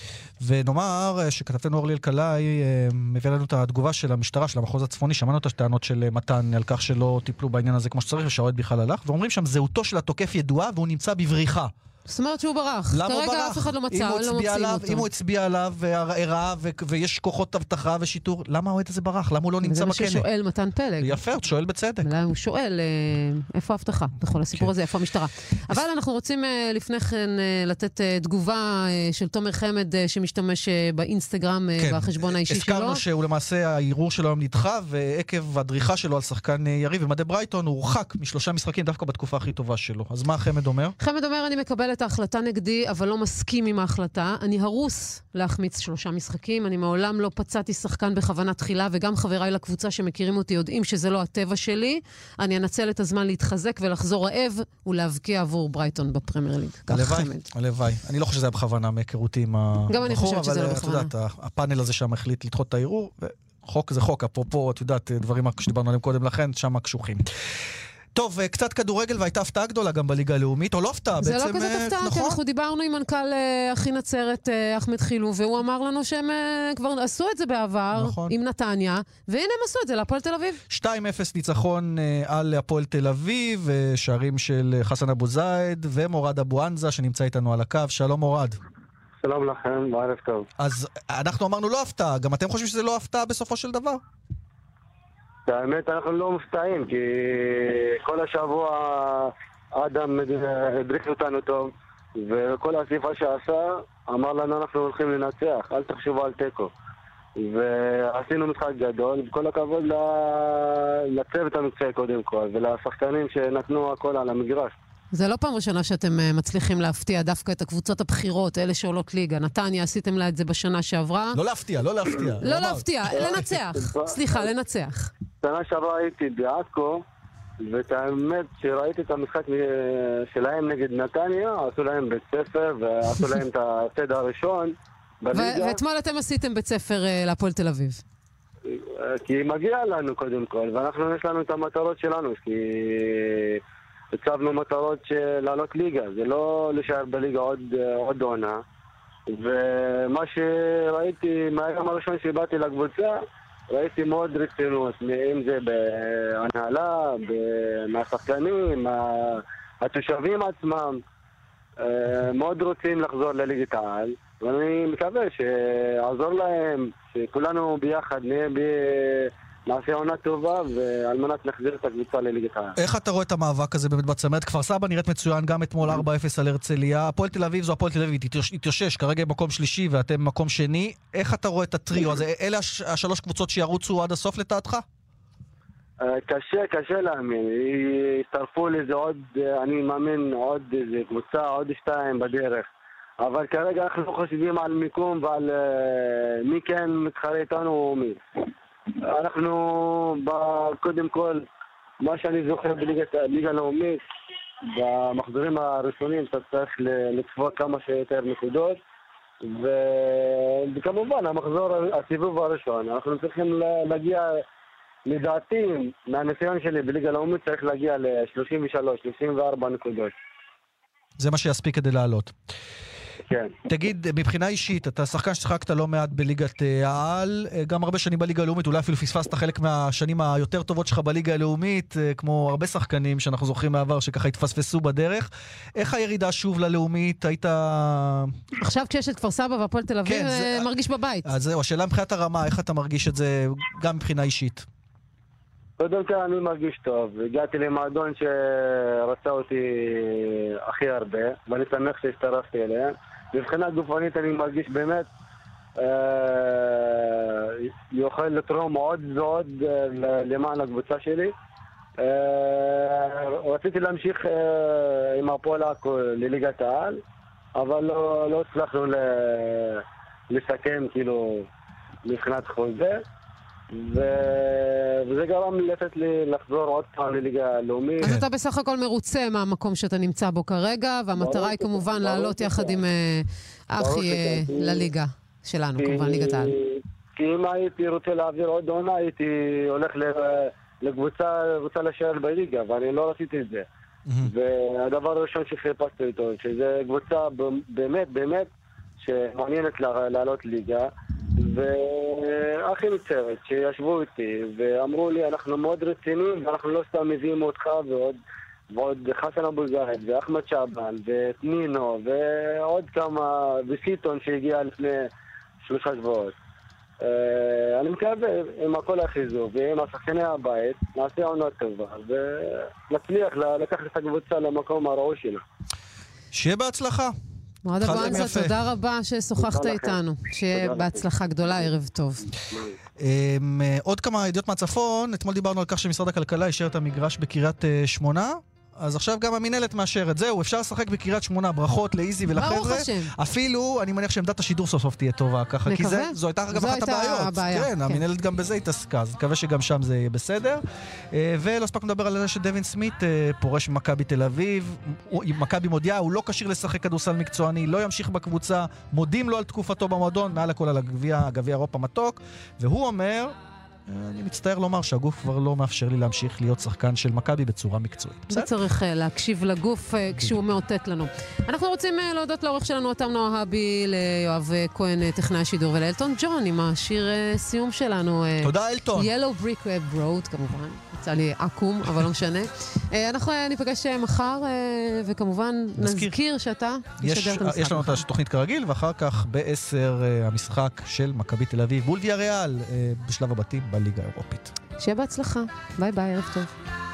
ונאמר שכתבתנו אורלי אלקלעי מביא לנו את התגובה של המשטרה, של המחוז הצפוני, שמענו את הטענות של מתן על כך שלא טיפלו בעניין הזה כמו שצריך, ושהאוהד בכלל הלך, ואומרים שם זהותו של התוקף ידועה, והוא נמצא בבריחה. זאת אומרת שהוא ברח. כרגע אף אחד לא מצא, לא מוצאים אותו. אם הוא הצביע עליו והראה ויש כוחות אבטחה ושיטור, למה האוהד הזה ברח? למה הוא לא נמצא בכלא? זה מה ששואל מתן פלג. יפה, הוא שואל בצדק. הוא שואל איפה ההבטחה בכל הסיפור הזה, איפה המשטרה. אבל אנחנו רוצים לפני כן לתת תגובה של תומר חמד שמשתמש באינסטגרם בחשבון האישי שלו. הזכרנו שהוא למעשה הערעור שלו היום נדחה, ועקב הדריכה שלו על שחקן יריב ומדי ברייטון הוא הורחק משלושה משחקים דווקא בתקופה הכי טובה שלו. אז מה חמד אומר? חמד אומר, אני מקבל את ההחלטה נגדי, אבל לא מסכים עם ההחלטה. אני הרוס להחמיץ שלושה משחקים. אני מעולם לא פצעתי שחקן בכוונה תחילה, וגם חבריי לקבוצה שמכירים אותי יודעים שזה לא הטבע שלי. אני אנצל את הזמן להתחזק ולחזור רעב ולהבקיע עבור ברייטון בפרמייר ליג. הלוואי, הלוואי. אני לא חושב שזה היה בכוונה מהיכרותי עם הבחור, גם אני חושבת שזה לא בכוונה. אבל הפאנל הזה שם החליט לדחות את הערעור, וחוק זה חוק, אפרופו, את יודעת, דברים שדיברנו עליהם קודם לכן, שם הקשוחים. טוב, קצת כדורגל, והייתה הפתעה גדולה גם בליגה הלאומית, או לא הפתעה בעצם, נכון? זה לא כזאת הפתעה, כי אנחנו דיברנו עם מנכ"ל אחי נצרת, אחמד חילו, והוא אמר לנו שהם כבר עשו את זה בעבר, עם נתניה, והנה הם עשו את זה להפועל תל אביב. שתיים אפס ניצחון על הפועל תל אביב, שערים של חסן אבו זייד, ומורד אבו אנזה, שנמצא איתנו על הקו. שלום מורד. שלום לכם, ערב טוב. אז אנחנו אמרנו לא הפתעה, גם אתם חושבים שזה לא הפתעה בסופו של דבר? האמת, אנחנו לא מופתעים, כי כל השבוע אדם הדריך אותנו טוב, וכל הסיפה שעשה אמר לנו אנחנו הולכים לנצח, אל תחשבו על טקו. ועשינו משחק גדול, וכל הכבוד לצוות המקצועי קודם כל, ולשחקנים שנתנו הכל על המגרש. זה לא פעם ראשונה שאתם מצליחים להפתיע דווקא את הקבוצות הבחירות, אלה שעולות ליגה. נתניה, עשיתם לה את זה בשנה שעברה. לא להפתיע, לא להפתיע. לא להפתיע, לנצח. סליחה, לנצח. שנה שעברה הייתי בעכו, ואת האמת שראיתי את המשחק שלהם נגד נתניה, עשו להם בית ספר, ועשו להם את הסדר הראשון בליגה. ואתמול אתם עשיתם בית ספר להפועל תל אביב. כי מגיע לנו קודם כל, ואנחנו יש לנו את המטרות שלנו, כי הצבנו מטרות של לעלות ליגה, זה לא להישאר בליגה עוד, עוד עונה. ומה שראיתי מהיום הראשון שבאתי לקבוצה, ראיתי מאוד רצינות, אם זה בהנהלה, מהשחקנים, התושבים עצמם, מאוד רוצים לחזור לליגת העל, ואני מקווה שעזור להם, שכולנו ביחד נהיה ב... נעשה עונה טובה, ועל מנת נחזיר את הקבוצה לליגת העל. איך אתה רואה את המאבק הזה באמת בצמרת? כפר סבא נראית מצוין גם אתמול ארבע אפס על הרצליה. הפועל תל אביב זו הפועל תל אביב, התיושש כרגע במקום שלישי ואתם במקום שני. איך אתה רואה את הטריו הזה? אלה השלוש קבוצות שירוצו עד הסוף לטעתך? קשה, קשה להאמין. הצטרפו לזה עוד, אני מאמין, עוד איזה קבוצה, עוד שתיים בדרך. אבל כרגע אנחנו חושבים על מיקום ועל מי כן מתחרה איתנו ומי. אנחנו, קודם כל, מה שאני זוכר בליגה הלאומית, במחזורים הראשונים אתה צריך לצפות כמה שיותר נקודות, וכמובן, המחזור, הסיבוב הראשון, אנחנו צריכים להגיע, לדעתי, מהניסיון שלי בליגה הלאומית צריך להגיע ל-שלושים ושלוש שלושים וארבע נקודות. זה מה שיספיק כדי לעלות. כן. תגיד, מבחינה אישית, אתה שחקן ששחקת לא מעט בליגת העל, גם הרבה שנים בליגה הלאומית, אולי אפילו פספסת חלק מהשנים היותר טובות שלך בליגה הלאומית, כמו הרבה שחקנים שאנחנו זוכרים מעבר שככה התפספסו בדרך. איך הירידה שוב ללאומית? היית... עכשיו כשיש את כפר סבא והפועל תל אביב, כן, זה... מרגיש בבית. אז זהו, השאלה מבחינת הרמה, איך אתה מרגיש את זה גם מבחינה אישית? קודם כל אני מרגיש טוב, הגעתי למועדון שרצה אותי הכי הרבה, ואני שמח שהצטרפתי אליה. מבחינה גופנית אני מרגיש באמת אה, יוכל לתרום עוד ועוד למען הקבוצה שלי. אה, רציתי להמשיך אה, עם הפועל עכו לליגת העל, אבל לא, לא הצלחנו לסכם כאילו מבחינת חוזה. ו... וזה גרם לתת לי לחזור עוד פעם לליגה הלאומית. אז אתה בסך הכל מרוצה מהמקום שאתה נמצא בו כרגע, והמטרה היא כמובן לעלות יחד עם אחי לליגה שלנו, כמובן ליגת העל. כי אם הייתי רוצה להעביר עוד עונה, הייתי הולך לקבוצה, רוצה להישאר בליגה, ואני לא רציתי את זה. והדבר הראשון שחיפשתי איתו, שזה קבוצה באמת, באמת, שמעניינת לעלות ליגה, ואחי מצוות שישבו איתי ואמרו לי אנחנו מאוד רציניים ואנחנו לא סתם מביאים אותך ועוד ועוד חסן אבו זהד ואחמד שעבן וטנינו ועוד כמה וסיטון שהגיע לפני שלושה שבועות. אני מקווה עם הכל החיזוק ועם השחקני הבית נעשה עונה טובה ונצליח לקחת את הקבוצה למקום הראוי שלה. שיהיה בהצלחה. מועד אבואנזה, תודה רבה ששוחחת איתנו. שיהיה בהצלחה גדולה, ערב טוב. עוד כמה ידיעות מהצפון, אתמול דיברנו על כך שמשרד הכלכלה אישר את המגרש בקריית שמונה, אז עכשיו גם המנהלת מאשרת. זהו, אפשר לשחק בקריית שמונה, ברכות לאיזי ולחבר'ה. ברוך השם. אפילו, אני מניח שעמדת השידור סוף סוף תהיה טובה ככה, כי זה, זו הייתה גם אחת הבעיות. הבעיה, כן, כן, המנהלת גם בזה התעסקה, אז מקווה שגם שם זה יהיה בסדר. ולא הספקנו לדבר על זה שדווין סמית פורש ממכבי תל אביב. מכבי מודיעה, הוא לא כשיר לשחק כדורסל מקצועני, לא ימשיך בקבוצה, מודים לו על תקופתו במועדון, מעל הכל על הגביע, גביע אירופה מתוק, והוא אומר, אני מצטער לומר שהגוף כבר לא מאפשר לי להמשיך להיות שחקן של מכבי בצורה מקצועית. זה צריך להקשיב לגוף כשהוא מאותת לנו. אנחנו רוצים להודות לאורך שלנו, אותם נועה הבי, ליואב כהן, טכנאי השידור, ולאלטון ג'ון עם השיר סיום שלנו. תודה אלטון. Yellow Brick Road כמובן. יצא לי עקום, אבל לא משנה. אנחנו ניפגש מחר, וכמובן נזכיר שאתה משדר את המשחק. יש לנו את התוכנית כרגיל, ואחר כך בעשר המשחק של מכבי תל אביב, מול ויאריאל, בשלב הבתים בליגה האירופית. שיהיה בהצלחה. ביי ביי, ערב טוב.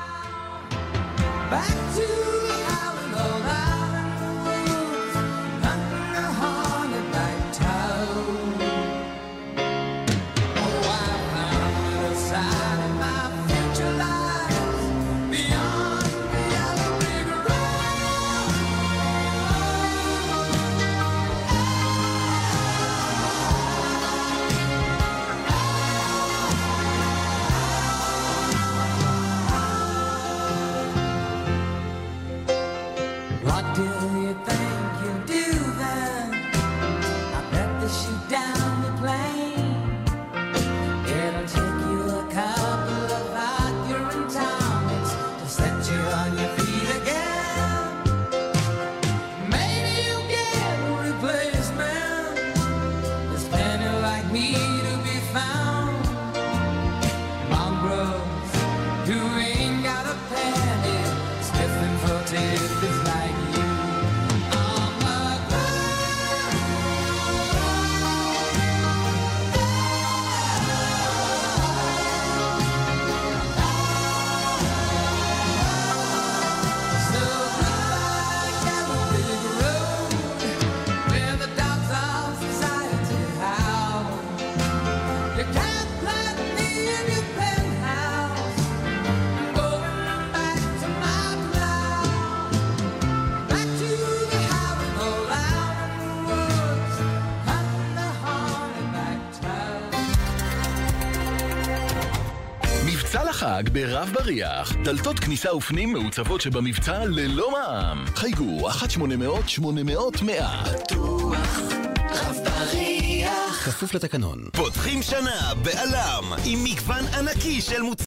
חג ברב בריח. דלתות כניסה ופנים מעוצבות שבמבצע ללא מע"מ. חייגו אחת שמונה מאות שמונה מאות מאה. בטוח רב בריח. כפוף לתקנון. פותחים שנה בעלם עם מגוון ענקי של מוצרים.